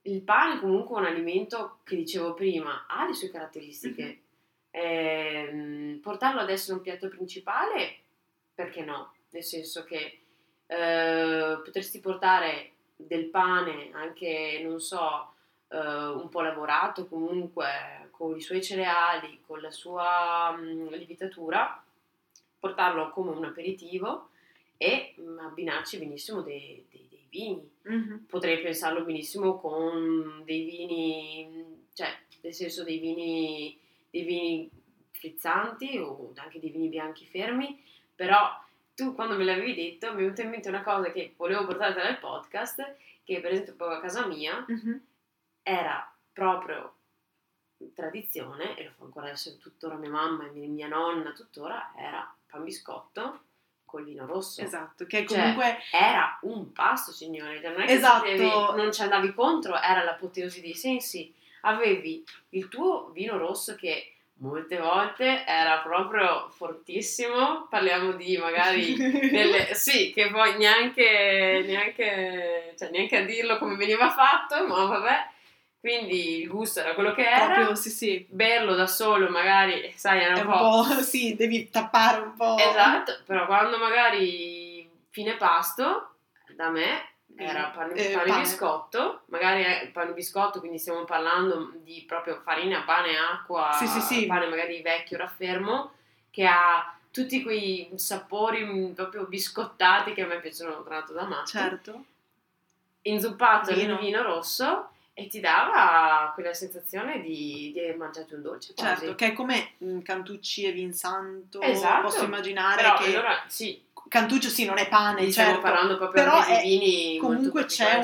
il pane comunque è un alimento che dicevo prima, ha le sue caratteristiche. Portarlo ad essere un piatto principale, perché no? Nel senso che potresti portare del pane anche, non so, un po' lavorato comunque, con i suoi cereali, con la sua lievitatura, portarlo come un aperitivo e abbinarci benissimo dei vini. Potrei pensarlo benissimo con dei vini, cioè nel senso dei vini frizzanti o anche dei vini bianchi fermi, però tu quando me l'avevi detto mi è venuta in mente una cosa che volevo portare nel podcast, che per esempio proprio a casa mia era proprio tradizione, e lo fa ancora adesso tuttora mia mamma e mia nonna tuttora, era pan biscotto col vino rosso. Esatto, che comunque era un pasto, signore, non è che esatto. non ci andavi contro, era l'apoteosi dei sensi. Avevi il tuo vino rosso che molte volte era proprio fortissimo, parliamo di magari sì, che poi neanche a dirlo come veniva fatto, ma vabbè. Quindi il gusto era quello che era. Proprio, sì. Berlo da solo magari, sai, era un po'... sì, devi tappare un po'. Esatto, però quando magari fine pasto, da me era pane biscotto, magari pane biscotto, quindi stiamo parlando di proprio farina, pane, acqua, sì. pane magari vecchio, raffermo, che ha tutti quei sapori proprio biscottati che a me piacciono tra l'altro da matto. Certo. Inzuppato nel vino rosso e ti dava quella sensazione di aver mangiato un dolce quasi. Certo, che è come Cantucci e Vinsanto, esatto. Posso immaginare però, che allora, sì. Cantuccio sì, non è pane, stiamo parlando proprio però anche di vini comunque molto c'è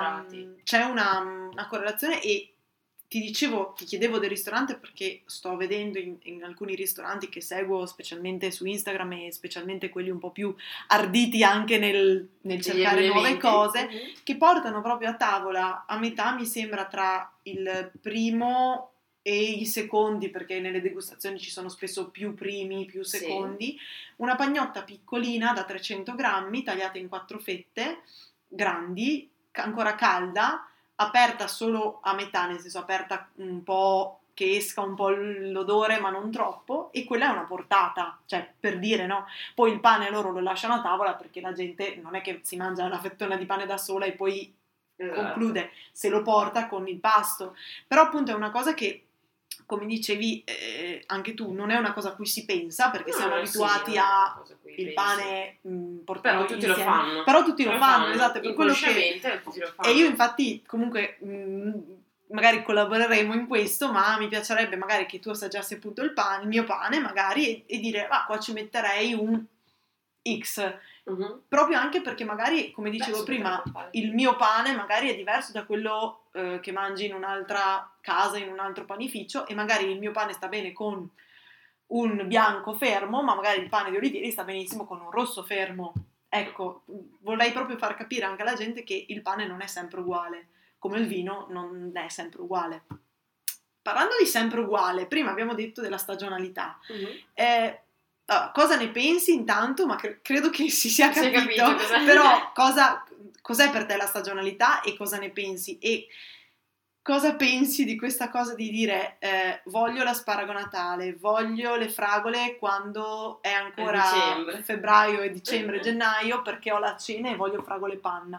una correlazione. E ti chiedevo del ristorante perché sto vedendo in alcuni ristoranti che seguo, specialmente su Instagram e specialmente quelli un po' più arditi anche nel cercare nuove cose, che portano proprio a tavola, a metà mi sembra tra il primo e i secondi, perché nelle degustazioni ci sono spesso più primi, più secondi, una pagnotta piccolina da 300 grammi, tagliata in 4 fette, grandi, ancora calda, aperta solo a metà, nel senso aperta un po' che esca un po' l'odore ma non troppo, e quella è una portata, cioè per dire, no? Poi il pane loro lo lasciano a tavola perché la gente non è che si mangia una fettona di pane da sola e poi conclude, se lo porta con il pasto, però appunto è una cosa che, come dicevi anche tu, non è una cosa a cui si pensa perché siamo abituati a il pane portato però tutti lo fanno, esatto, per quello che tutti lo fanno. E io infatti comunque magari collaboreremo in questo, ma mi piacerebbe magari che tu assaggiassi appunto il mio pane magari e dire qua ci metterei un X, proprio anche perché magari, come dicevo prima, il mio pane magari è diverso da quello che mangi in un'altra casa, in un altro panificio, e magari il mio pane sta bene con un bianco fermo, ma magari il pane di Olivieri sta benissimo con un rosso fermo. Ecco, vorrei proprio far capire anche alla gente che il pane non è sempre uguale, come il vino non è sempre uguale. Parlando di sempre uguale, prima abbiamo detto della stagionalità. Cosa ne pensi intanto? Ma credo che si sia capito. Però cos'è per te la stagionalità e cosa ne pensi? E cosa pensi di questa cosa di dire voglio l'asparago Natale, voglio le fragole quando è ancora febbraio e dicembre, gennaio, perché ho la cena e voglio fragole panna.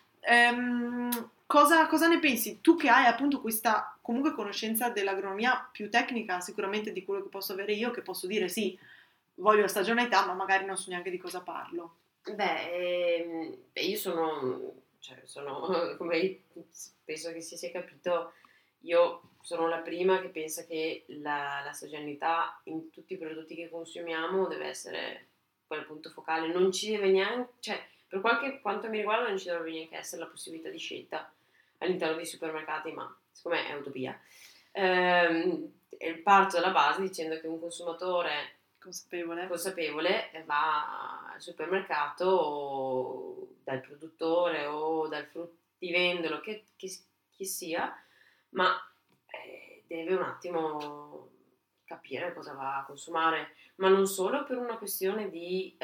Cosa ne pensi? Tu che hai appunto questa comunque conoscenza dell'agronomia più tecnica sicuramente di quello che posso avere io, che posso dire sì, voglio la stagionalità, ma magari non so neanche di cosa parlo. Io sono come penso che si sia capito, io sono la prima che pensa che la stagionalità in tutti i prodotti che consumiamo deve essere poi il punto focale, non ci deve neanche, cioè per quanto mi riguarda non ci dovrebbe neanche essere la possibilità di scelta all'interno dei supermercati, ma secondo me è utopia. Parto dalla base dicendo che un consumatore consapevole va al supermercato dal produttore o dal fruttivendolo che sia, ma deve un attimo capire cosa va a consumare, ma non solo per una questione di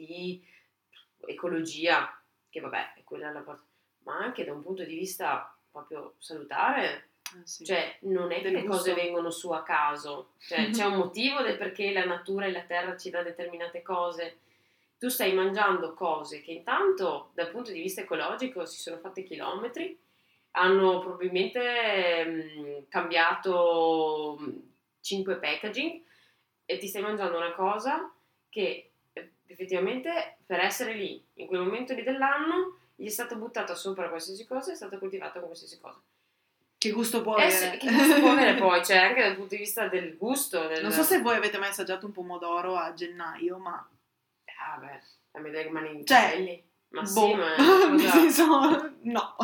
ecologia, che vabbè è quella la parte, ma anche da un punto di vista proprio salutare. Sì. Cioè, non è che Del le cose gusto. vengono su a caso, cioè c'è un motivo del perché la natura e la terra ci dà determinate cose. Tu stai mangiando cose che intanto dal punto di vista ecologico si sono fatte chilometri, hanno probabilmente cambiato 5 packaging e ti stai mangiando una cosa che effettivamente per essere lì, in quel momento lì dell'anno, gli è stata buttata sopra qualsiasi cosa e è stata coltivata con qualsiasi cosa. Che gusto può avere? Che gusto può avere poi, cioè anche dal punto di vista del gusto. Non so se voi avete mai assaggiato un pomodoro a gennaio, ma... Ah beh, a me dai rimane i Cioè, capelli. Ma sì, boh, ma nel cosa... senso, no.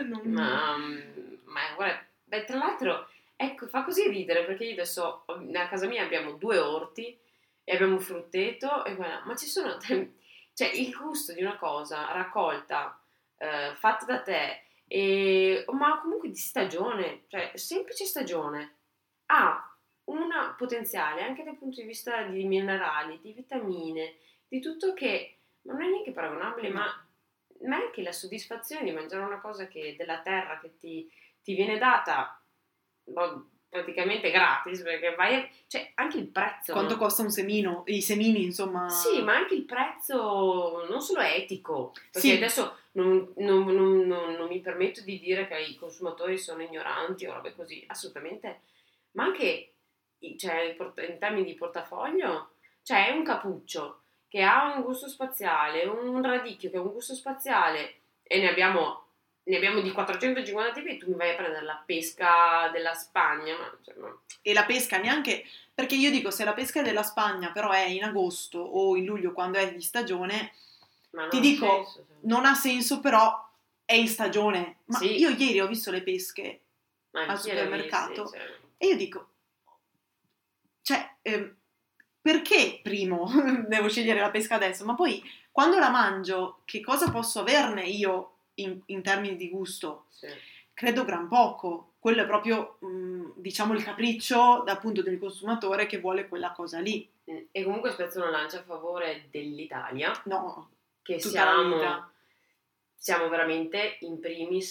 Ma guarda, beh, tra l'altro, ecco, fa così ridere perché io adesso a casa mia abbiamo 2 orti e abbiamo un frutteto e guarda, ma ci sono, cioè il gusto di una cosa raccolta, fatta da te, ma comunque di stagione, cioè semplice stagione, ha una potenziale anche dal punto di vista di minerali, di vitamine, di tutto che non è neanche paragonabile, No. ma anche la soddisfazione di mangiare una cosa che della terra che ti viene data praticamente gratis, perché cioè anche il prezzo, Quanto no? costa un semino? I semini, insomma... Sì, ma anche il prezzo non solo etico, perché Sì. adesso non mi permetto di dire che i consumatori sono ignoranti o robe così, assolutamente, ma anche cioè, in termini di portafoglio, cioè è un cappuccio che ha un gusto spaziale, un radicchio che ha un gusto spaziale e ne abbiamo di 450 tipi e tu mi vai a prendere la pesca della Spagna, ma... E la pesca neanche... Perché io dico, se la pesca è della Spagna, però è in agosto o in luglio, quando è di stagione, Ma ti non ha dico, senso, cioè. non ha senso, però è in stagione. Ma Sì. io ieri ho visto le pesche Ma al anch'io le ho supermercato visti, cioè. e io dico, cioè, perché primo devo scegliere la pesca adesso? Ma poi, quando la mangio, che cosa posso averne io in termini di gusto? Sì. Credo gran poco. Quello è proprio, diciamo, il capriccio appunto del consumatore che vuole quella cosa lì. E comunque spezzo una lancia a favore dell'Italia, No, che tutta la vita. siamo veramente in primis,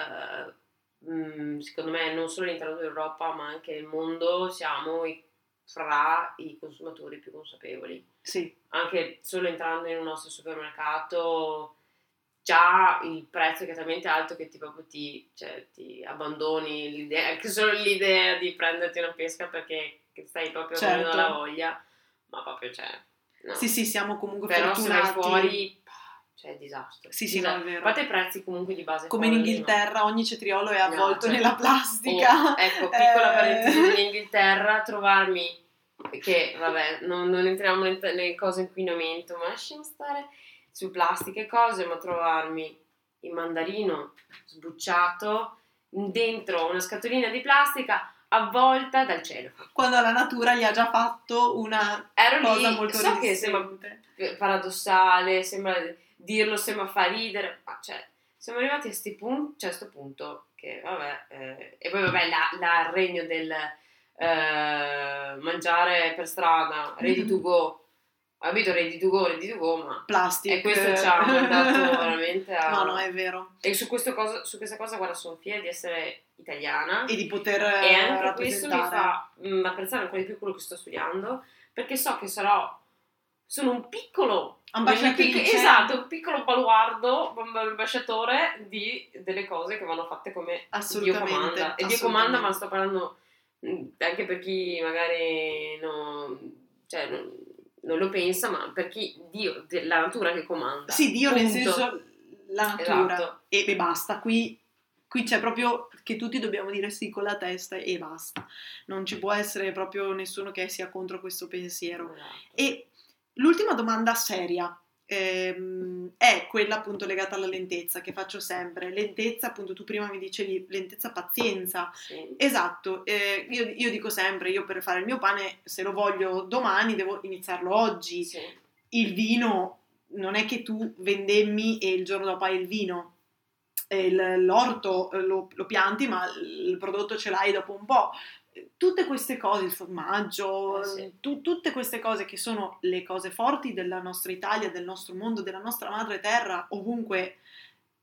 secondo me non solo all'interno dell'Europa ma anche nel mondo, siamo fra i consumatori più consapevoli. Sì. Anche solo entrando in un nostro supermercato, già il prezzo che è talmente alto che ti abbandoni l'idea, anche solo l'idea di prenderti una pesca perché stai proprio avendo la voglia, ma proprio no. Sì, siamo comunque però fortunati. se vai fuori, cioè disastro. Sì, no, è vero. A parte i prezzi comunque di base come in Inghilterra, ogni cetriolo è avvolto cioè, nella plastica. Ecco, piccola parentesi in Inghilterra, trovarmi che vabbè, non entriamo nelle cose inquinamento, ma lasciamo stare su plastica e cose, ma trovarmi il mandarino sbucciato dentro una scatolina di plastica avvolta dal cielo. Quando la natura gli ha già fatto una cosa molto so che sembra paradossale, sembra dirlo, sembra far ridere, ma cioè siamo arrivati a sto punto che vabbè, e poi vabbè il regno del mangiare per strada, ready to go, capito? Ready to go, ma plastic. E questo ci ha mandato veramente a... No, è vero. E su questa cosa, guarda, sono fiera di essere italiana. E di poter E anche questo mi fa apprezzare ancora di più quello che sto studiando, perché so che sono un piccolo ambasciatrice. Esatto, un piccolo baluardo, ambasciatore delle cose che vanno fatte come Dio comanda. E Dio comanda, ma sto parlando anche per chi magari non lo pensa, ma per chi Dio, la natura che comanda. Sì, Dio punto. Nel senso la natura. Esatto. E basta, qui c'è proprio che tutti dobbiamo dire sì con la testa e basta. Non ci può essere proprio nessuno che sia contro questo pensiero. Esatto. E l'ultima domanda seria è quella appunto legata alla lentezza che faccio sempre. Lentezza, appunto, tu prima mi dicevi lentezza, pazienza. Sì. Esatto, io dico sempre, io per fare il mio pane, se lo voglio domani, devo iniziarlo oggi. Sì. Il vino, non è che tu vendemmi e il giorno dopo hai il vino. L'orto lo pianti, ma il prodotto ce l'hai dopo un po'. Tutte queste cose, il formaggio, sì. Tutte queste cose che sono le cose forti della nostra Italia, del nostro mondo, della nostra madre terra, ovunque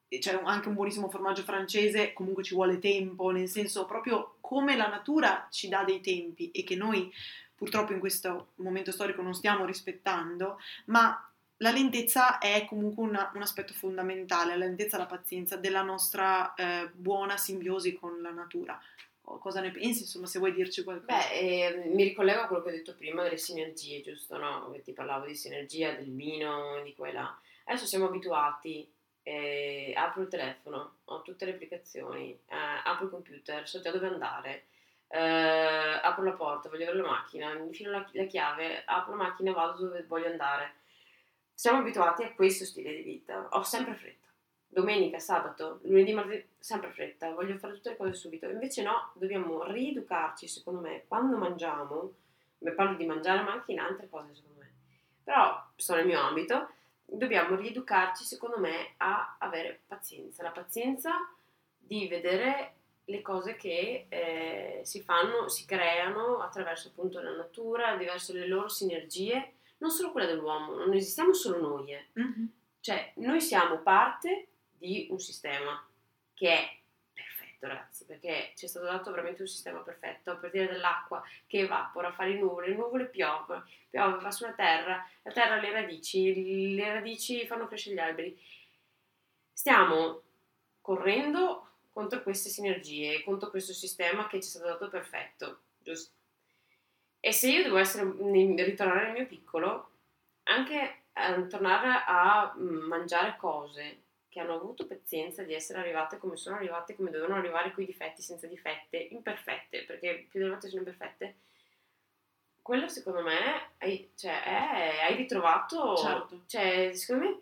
c'è anche un buonissimo formaggio francese, comunque ci vuole tempo, nel senso proprio come la natura ci dà dei tempi e che noi purtroppo in questo momento storico non stiamo rispettando, ma la lentezza è comunque un aspetto fondamentale, la lentezza e la pazienza della nostra buona simbiosi con la natura. Cosa ne pensi? Insomma, se vuoi dirci qualcosa. Mi ricollego a quello che ho detto prima delle sinergie, giusto, no? Ti parlavo di sinergia, del vino, di quella. Adesso siamo abituati, apro il telefono, ho tutte le applicazioni, apro il computer, so già dove andare, apro la porta, voglio avere la macchina, mi infilo la chiave, apro la macchina, vado dove voglio andare. Siamo abituati a questo stile di vita, ho sempre fretta. Domenica, sabato, lunedì, martedì, sempre fretta, voglio fare tutte le cose subito. Invece no, dobbiamo rieducarci, secondo me, quando mangiamo, parlo di mangiare ma anche in altre cose, secondo me. Però, sto nel mio ambito, dobbiamo rieducarci, secondo me, a avere pazienza. La pazienza di vedere le cose che si fanno, si creano attraverso appunto la natura, attraverso le loro sinergie, non solo quella dell'uomo, non esistiamo solo noi, Mm-hmm. Cioè, noi siamo parte di un sistema che è perfetto, ragazzi, perché ci è stato dato veramente un sistema perfetto, a partire dall'acqua che evapora, fa le nuvole piove, va sulla terra, la terra ha le radici fanno crescere gli alberi. Stiamo correndo contro queste sinergie, contro questo sistema che ci è stato dato perfetto, giusto? E se io devo ritornare nel mio piccolo, anche tornare a mangiare cose che hanno avuto pazienza di essere arrivate come sono arrivate, come dovevano arrivare, coi difetti, senza difette, imperfette, perché più delle volte sono imperfette, quello secondo me hai ritrovato, certo. Cioè secondo me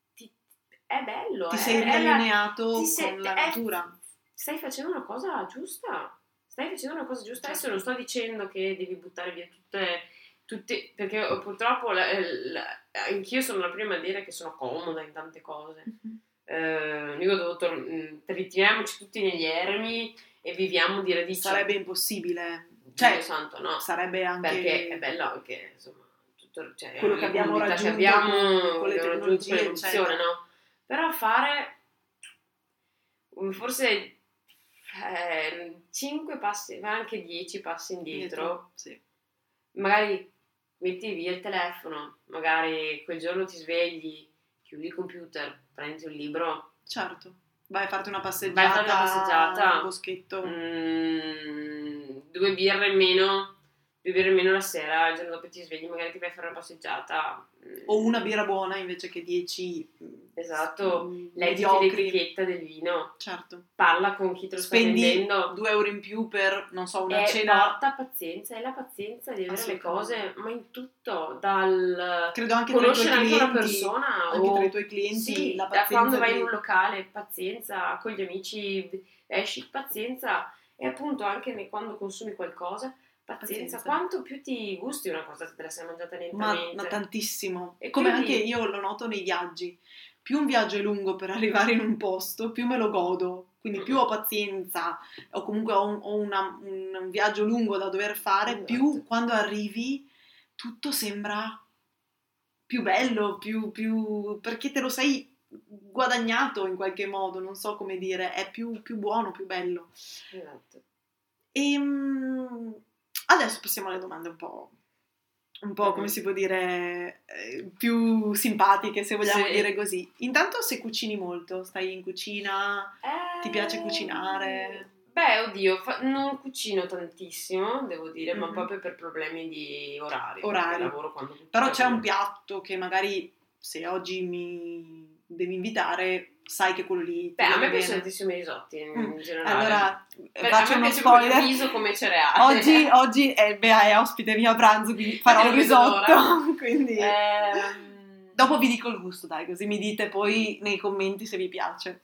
è bello, ti sei riallineato con la natura, stai facendo una cosa giusta. Certo. Adesso non sto dicendo che devi buttare via tutte perché purtroppo anch'io sono la prima a dire che sono comoda in tante cose. Dico, ritiriamoci tutti negli eremi e viviamo di radici. Sarebbe impossibile, Dio santo, no? Sarebbe anche, perché è bello anche, insomma, tutto, quello che abbiamo raggiunto con le tecnologie, no? Però fare forse 5 passi, ma anche 10 passi indietro, sì. Magari metti via il telefono, magari quel giorno ti svegli, chiudi il computer, prendi un libro. Certo, vai a farti una passeggiata, un boschetto. 2 birre in meno la sera, il giorno dopo ti svegli, magari ti vai a fare una passeggiata. O una birra buona invece che 10. Esatto, leggiti l'etichetta del vino. Certo. Parla con chi te lo sta vendendo. Spendi 2 euro in più per, non so, una cena. Porta pazienza, è la pazienza di avere le cose, ma in tutto, credo anche conoscere tra i tuoi clienti, anche una persona. Anche tra i tuoi clienti, sì, la da quando vai in un locale, pazienza, con gli amici esci, pazienza, e appunto anche quando consumi qualcosa, pazienza. Quanto più ti gusti una cosa se te la sei mangiata lentamente. Ma tantissimo. E come quindi, anche io lo noto nei viaggi. Più un viaggio è lungo per arrivare in un posto, più me lo godo. Quindi più ho pazienza o comunque ho un viaggio lungo da dover fare, esatto. Più quando arrivi tutto sembra più bello, più perché te lo sei guadagnato in qualche modo, non so come dire, è più buono, più bello. Esatto. E adesso passiamo alle domande un po' come si può dire, più simpatiche, se vogliamo dire così. Intanto, se cucini molto, stai in cucina, ti piace cucinare? Beh, oddio, non cucino tantissimo, devo dire, ma proprio per problemi di orari. Lavoro quando però c'è un piatto che magari, se oggi mi devi invitare, sai che quello lì a me piacciono tantissimo i risotti in generale. Allora, faccio uno spoiler. Il riso come cereale. Oggi Bea è ospite mio a pranzo, quindi farò un risotto. Quindi dopo vi dico il gusto, dai, così mi dite poi nei commenti se vi piace.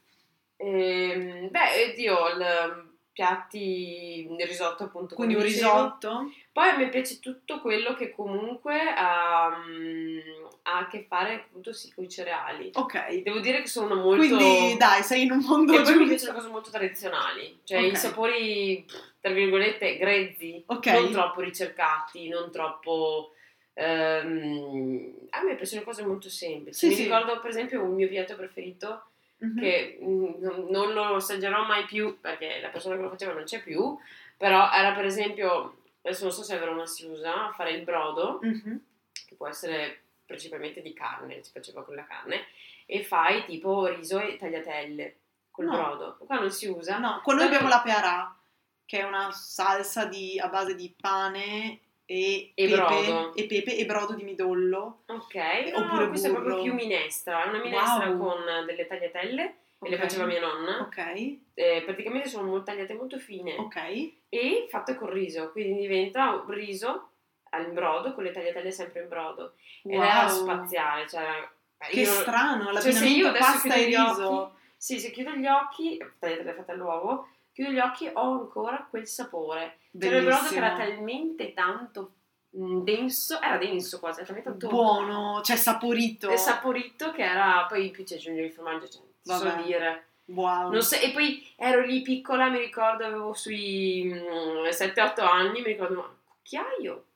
Piatti, il risotto appunto. Quindi un risotto. Poi a me piace tutto quello che comunque ha a che fare appunto con i cereali. Ok. Devo dire che sono molto... Quindi dai, sei in un mondo giusto. E poi mi piacciono cose molto tradizionali. Cioè i sapori, tra virgolette, grezzi. Non troppo ricercati, non troppo... a me piacciono cose molto semplici. Mi ricordo per esempio un mio piatto preferito che non lo assaggerò mai più perché la persona che lo faceva non c'è più, però era per esempio, adesso non so se a Verona si usa, fare il brodo, che può essere principalmente di carne, si faceva con la carne, e fai tipo riso e tagliatelle col brodo. Qua non si usa. No, qua noi abbiamo la pearà, che è una salsa a base di pane e pepe e brodo di midollo. Ok, no, questa è proprio più minestra, è una minestra con delle tagliatelle, e le faceva mia nonna. Ok. Praticamente sono tagliate molto fine. Ok. E fatte con riso, quindi diventa un riso al brodo con le tagliatelle sempre in brodo. Ed era spaziale, cioè... Che strano, l'abbinamento pasta e riso. Sì, se chiudo gli occhi, tagliatelle fatte all'uovo, chiudo gli occhi ho ancora quel sapore. C'era il brodo che era talmente tanto denso, era denso quasi, talmente tanto buono, cioè saporito. È saporito che era, poi più ci aggiungevi il formaggio, cioè, non so dire. Wow. Non so, e poi ero lì piccola, mi ricordo avevo sui 7-8 anni, mi ricordo, ma cucchiaio?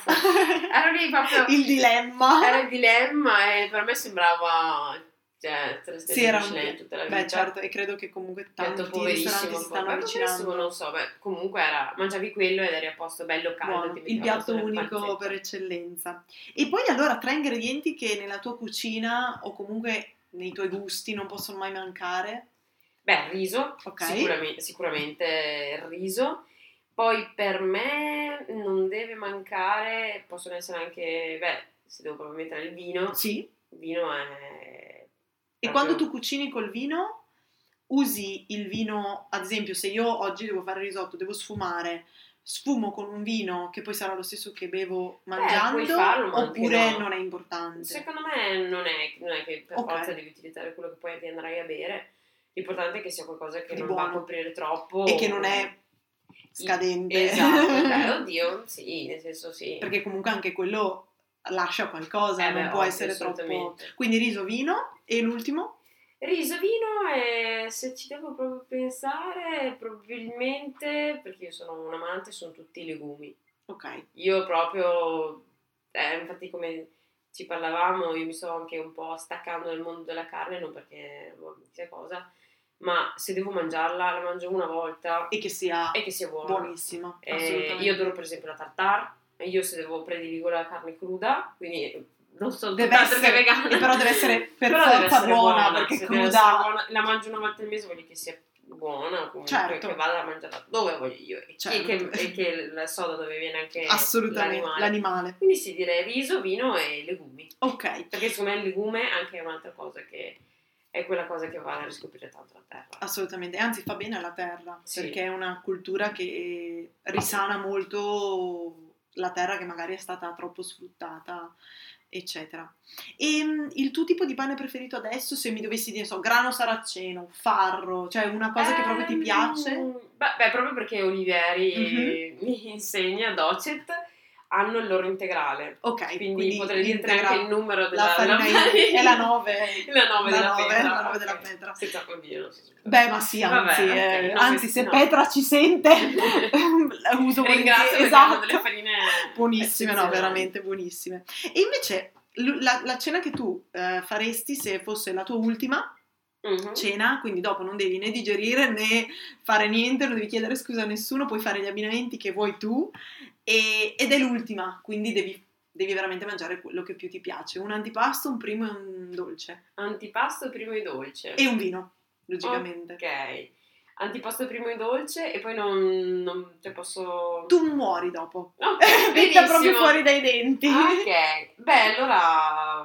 Ero lì proprio... il dilemma. Era il dilemma e per me sembrava... Cioè, tre stelle Michelin tutta la vita. Beh, certo, e credo che comunque tanti ristoranti si stanno avvicinando. Non so, comunque mangiavi quello ed eri a posto bello caldo. Buono, il piatto unico per eccellenza. E poi allora 3 ingredienti che nella tua cucina o comunque nei tuoi gusti non possono mai mancare? Beh, il riso, sicuramente il riso. Poi per me non deve mancare, possono essere anche, se devo proprio mettere il vino. Sì. Il vino è... E quando tu cucini col vino, usi il vino, ad esempio se io oggi devo fare risotto, devo sfumo con un vino che poi sarà lo stesso che bevo mangiando, puoi farlo, ma oppure non è importante? Secondo me non è che per forza devi utilizzare quello che poi andrai a bere, l'importante è che sia qualcosa che non va a coprire troppo. E che non è scadente. Esatto, oddio, sì, nel senso sì. Perché comunque anche quello lascia qualcosa, non può essere troppo... Quindi riso, vino, e l'ultimo? Riso, vino e se ci devo proprio pensare, probabilmente, perché io sono un amante, sono tutti i legumi. Ok. Io proprio, infatti come ci parlavamo, io mi sto anche un po' staccando dal mondo della carne, non perché chissà cosa, ma se devo mangiarla, la mangio una volta. E che sia buona. Buonissima, assolutamente. Io adoro per esempio la tartare, io se devo prediligo la carne cruda, quindi... non so, che vegana, però deve essere per forza buona, perché cruda la mangio una volta al mese, voglio che sia buona, comunque che vada a mangiare dove voglio io e che la soda dove viene anche l'animale. Quindi sì, direi riso, vino e legumi. Ok. Perché secondo me il legume anche è un'altra cosa che è quella cosa che va a riscoprire tanto la terra. Assolutamente, anzi fa bene alla terra, perché è una cultura che risana molto la terra che magari è stata troppo sfruttata, eccetera. E il tuo tipo di pane preferito adesso, se mi dovessi dire, grano saraceno, farro, cioè una cosa che proprio ti piace? Beh, proprio perché Olivieri mi insegna, Docet, hanno il loro integrale. Ok, quindi potrei dirti anche il numero della farina. È la 9. La 9 della Petra. La 9 della Petra. Senza dire. Beh, ma sì, anzi, se Petra ci sente, uso ringrazio, esatto. Delle farine buonissime, no, veramente buonissime. E invece la cena che tu faresti se fosse la tua ultima cena, quindi dopo non devi né digerire né fare niente, non devi chiedere scusa a nessuno, puoi fare gli abbinamenti che vuoi tu ed è l'ultima, quindi devi veramente mangiare quello che più ti piace, un antipasto, un primo e un dolce. Antipasto, primo e dolce. E un vino, logicamente. Ok. Antipasto, primo e dolce e poi non te posso... Tu muori dopo. Ok, Metta proprio fuori dai denti. Ok, beh, allora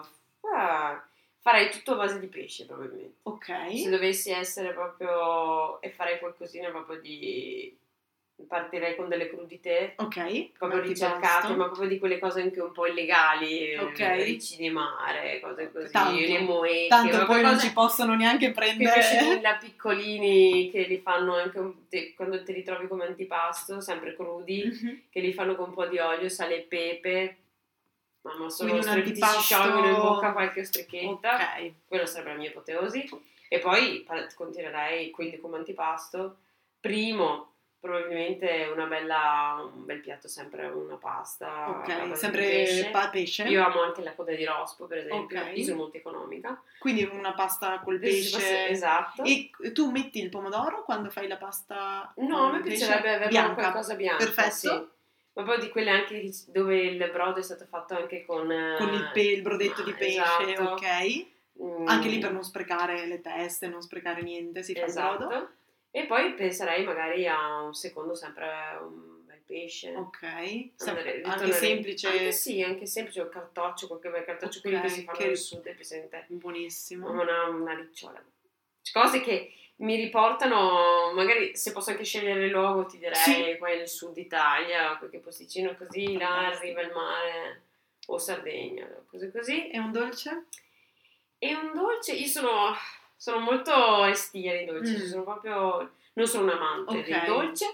farei tutto a base di pesce probabilmente. Ok. Se dovessi essere proprio... e farei qualcosina proprio di... partirei con delle crudité, proprio ricercate, ma proprio di quelle cose anche un po' illegali, ricci di mare, cose così, le moecche. Tanto poi non ci possono neanche prendere. Quei da piccolini che li fanno anche quando te li trovi come antipasto, sempre crudi, che li fanno con un po' di olio, sale e pepe, ma solo si sciolgono in bocca qualche ostrichetta, quello sarebbe la mia apoteosi. E poi continuerei quindi come antipasto, primo probabilmente un bel piatto, sempre una pasta. a Ok, base di sempre pesce. Io amo anche la coda di rospo, per esempio. Ok. Io sono molto economica. Quindi una pasta col pesce. Esatto. E tu metti il pomodoro quando fai la pasta No, a me col pesce? piacerebbe avere Bianca. qualcosa bianca. Perfetto. Sì. Ma poi di quelle anche dove il brodo è stato fatto anche con il brodetto di pesce, esatto. ok. Anche lì per non sprecare le teste, non sprecare niente, si fa il brodo. E poi penserei magari a un secondo sempre un bel pesce. Ok. Anche semplice. Anche semplice, un cartoccio, qualche bel cartoccio, quelli che si fanno nel sud, è presente? Buonissimo. Una ricciola. Cose che mi riportano, magari se posso anche scegliere il luogo ti direi qua nel sud Italia, qualche posticino così, là arriva il mare, o Sardegna, cose così. E un dolce? E un dolce, io sono molto restia nei dolci, sono proprio, non sono un amante del dolce,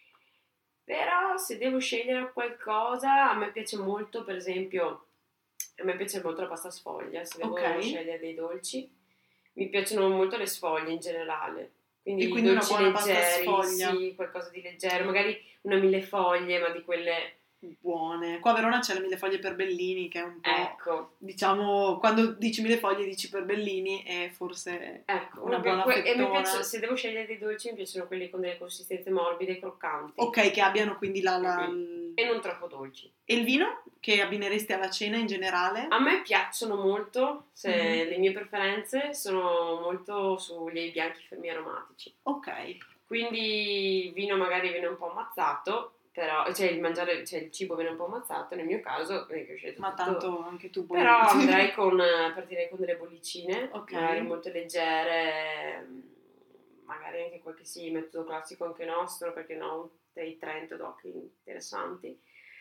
però se devo scegliere qualcosa, a me piace molto, per esempio, a me piace molto la pasta sfoglia, se devo scegliere dei dolci. Mi piacciono molto le sfoglie in generale, quindi dolci una buona leggeri, pasta sfoglia. sì, qualcosa di leggero, magari una millefoglie, ma di quelle buone. Qua a Verona c'è la millefoglie per Bellini, che è un po', ecco, diciamo, quando dici millefoglie dici per Bellini, e forse una buona fettona. E mi piace, se devo scegliere dei dolci mi piacciono quelli con delle consistenze morbide e croccanti. Ok, che abbiano quindi e non troppo dolci. E il vino? Che abbineresti alla cena in generale? A me piacciono molto, le mie preferenze sono molto sugli bianchi semi-aromatici. Ok. Quindi vino magari viene un po' ammazzato, però il cibo viene un po' ammazzato, nel mio caso ma tanto anche tu puoi. Però partirei con delle bollicine, magari molto leggere, magari anche qualche metodo classico anche nostro, perché no, dei Trento DOC interessanti,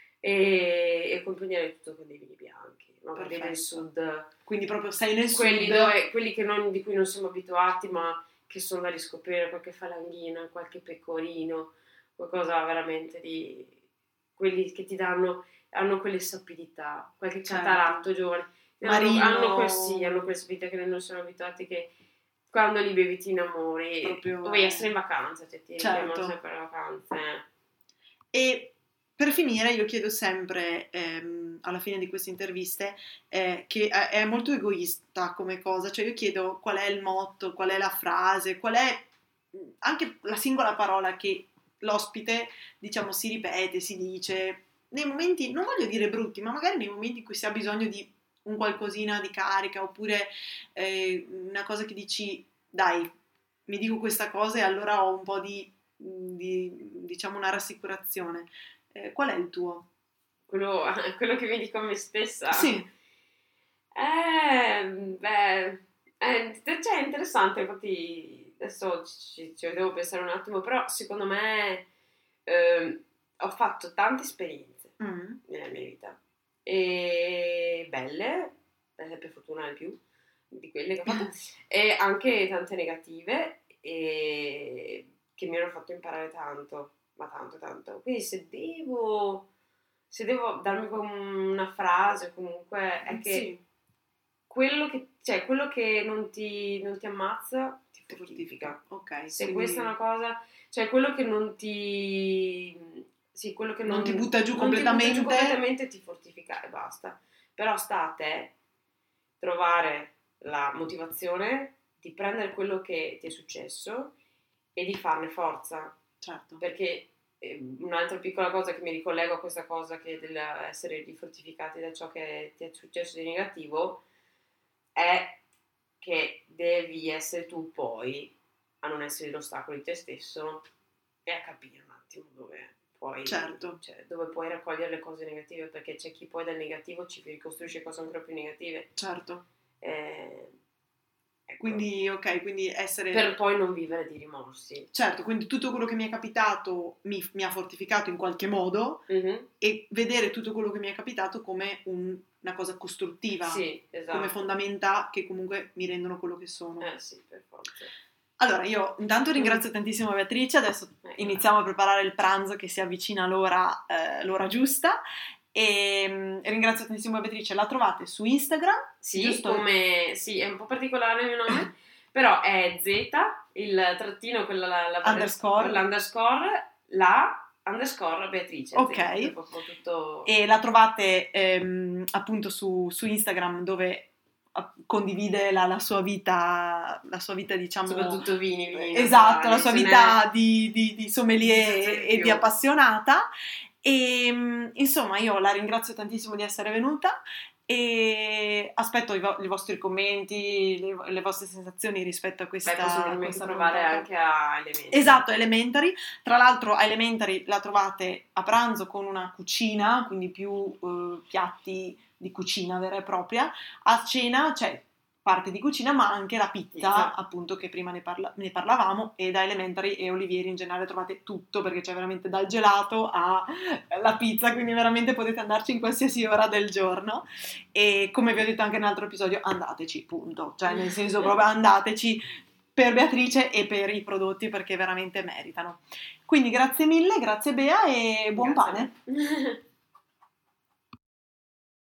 e accompagnare tutto con dei vini bianchi, magari del sud. Quindi proprio sei nel quelli sud. Quelli di cui non siamo abituati, ma che sono da riscoprire, qualche falanghina, qualche pecorino, qualcosa veramente di quelli che ti hanno quelle sapidità, qualche cataratto giovane, hanno quelle sapidità che noi non siamo abituati, che quando li bevi ti innamori, proprio vuoi essere in vacanza, cioè ti richiamano sempre le vacanze. E per finire io chiedo sempre alla fine di queste interviste che è molto egoista come cosa, cioè io chiedo qual è il motto, qual è la frase, qual è anche la singola parola che l'ospite, diciamo, si ripete, si dice nei momenti, non voglio dire brutti, ma magari nei momenti in cui si ha bisogno di un qualcosina di carica, oppure una cosa che dici, dai, mi dico questa cosa e allora ho un po' di diciamo una rassicurazione. Qual è il tuo? Quello che mi dico a me stessa? Sì. È interessante, infatti adesso ci devo pensare un attimo, però secondo me ho fatto tante esperienze nella mia vita, e belle per fortuna di più di quelle che ho fatto, e anche tante negative, e che mi hanno fatto imparare tanto, ma tanto. Quindi se devo darmi una frase, comunque, è che quello che non ti ammazza ti fortifica. Ok. Se questa è una cosa, cioè quello che non ti non ti butta giù completamente ti fortifica e basta. Però sta a te trovare la motivazione di prendere quello che ti è successo e di farne forza. Certo. Perché un'altra piccola cosa che mi ricollego a questa cosa che dell'essere rifortificati da ciò che ti è successo di negativo è che devi essere tu poi a non essere l'ostacolo di te stesso e a capire un attimo dove puoi, dove puoi raccogliere le cose negative, perché c'è chi poi dal negativo ci ricostruisce cose ancora più negative. Certo. Ecco. Quindi essere... Per poi non vivere di rimorsi. Certo, quindi tutto quello che mi è capitato mi ha fortificato in qualche modo, e vedere tutto quello che mi è capitato come una cosa costruttiva, sì, esatto, come fondamenta che comunque mi rendono quello che sono. Sì, per forza. Allora, io intanto ringrazio tantissimo Beatrice, adesso iniziamo a preparare il pranzo che si avvicina l'ora giusta, e ringrazio tantissimo Beatrice. La trovate su Instagram? Sì, giusto? Sì, è un po' particolare il mio nome, però è Z, il trattino, l'underscore, _Beatrice. Ok. È proprio tutto... E la trovate appunto su Instagram, dove condivide la sua vita, diciamo, soprattutto vini. esatto, la sua vita di sommelier e di appassionata. E insomma, io la ringrazio tantissimo di essere venuta e aspetto i vostri commenti, le vostre sensazioni rispetto a questa possibilmente provare puntata. anche a Elementary. Esatto, Elementary. Tra l'altro a Elementary la trovate a pranzo con una cucina, quindi più piatti di cucina vera e propria. A cena c'è parte di cucina, ma anche la pizza, appunto, che prima ne parlavamo, e da Elementary e Olivieri in generale trovate tutto, perché c'è veramente dal gelato alla pizza, quindi veramente potete andarci in qualsiasi ora del giorno. E come vi ho detto anche in un altro episodio, andateci, punto. Cioè, nel senso, proprio andateci per Beatrice e per i prodotti, perché veramente meritano. Quindi grazie mille, grazie Bea e buon pane.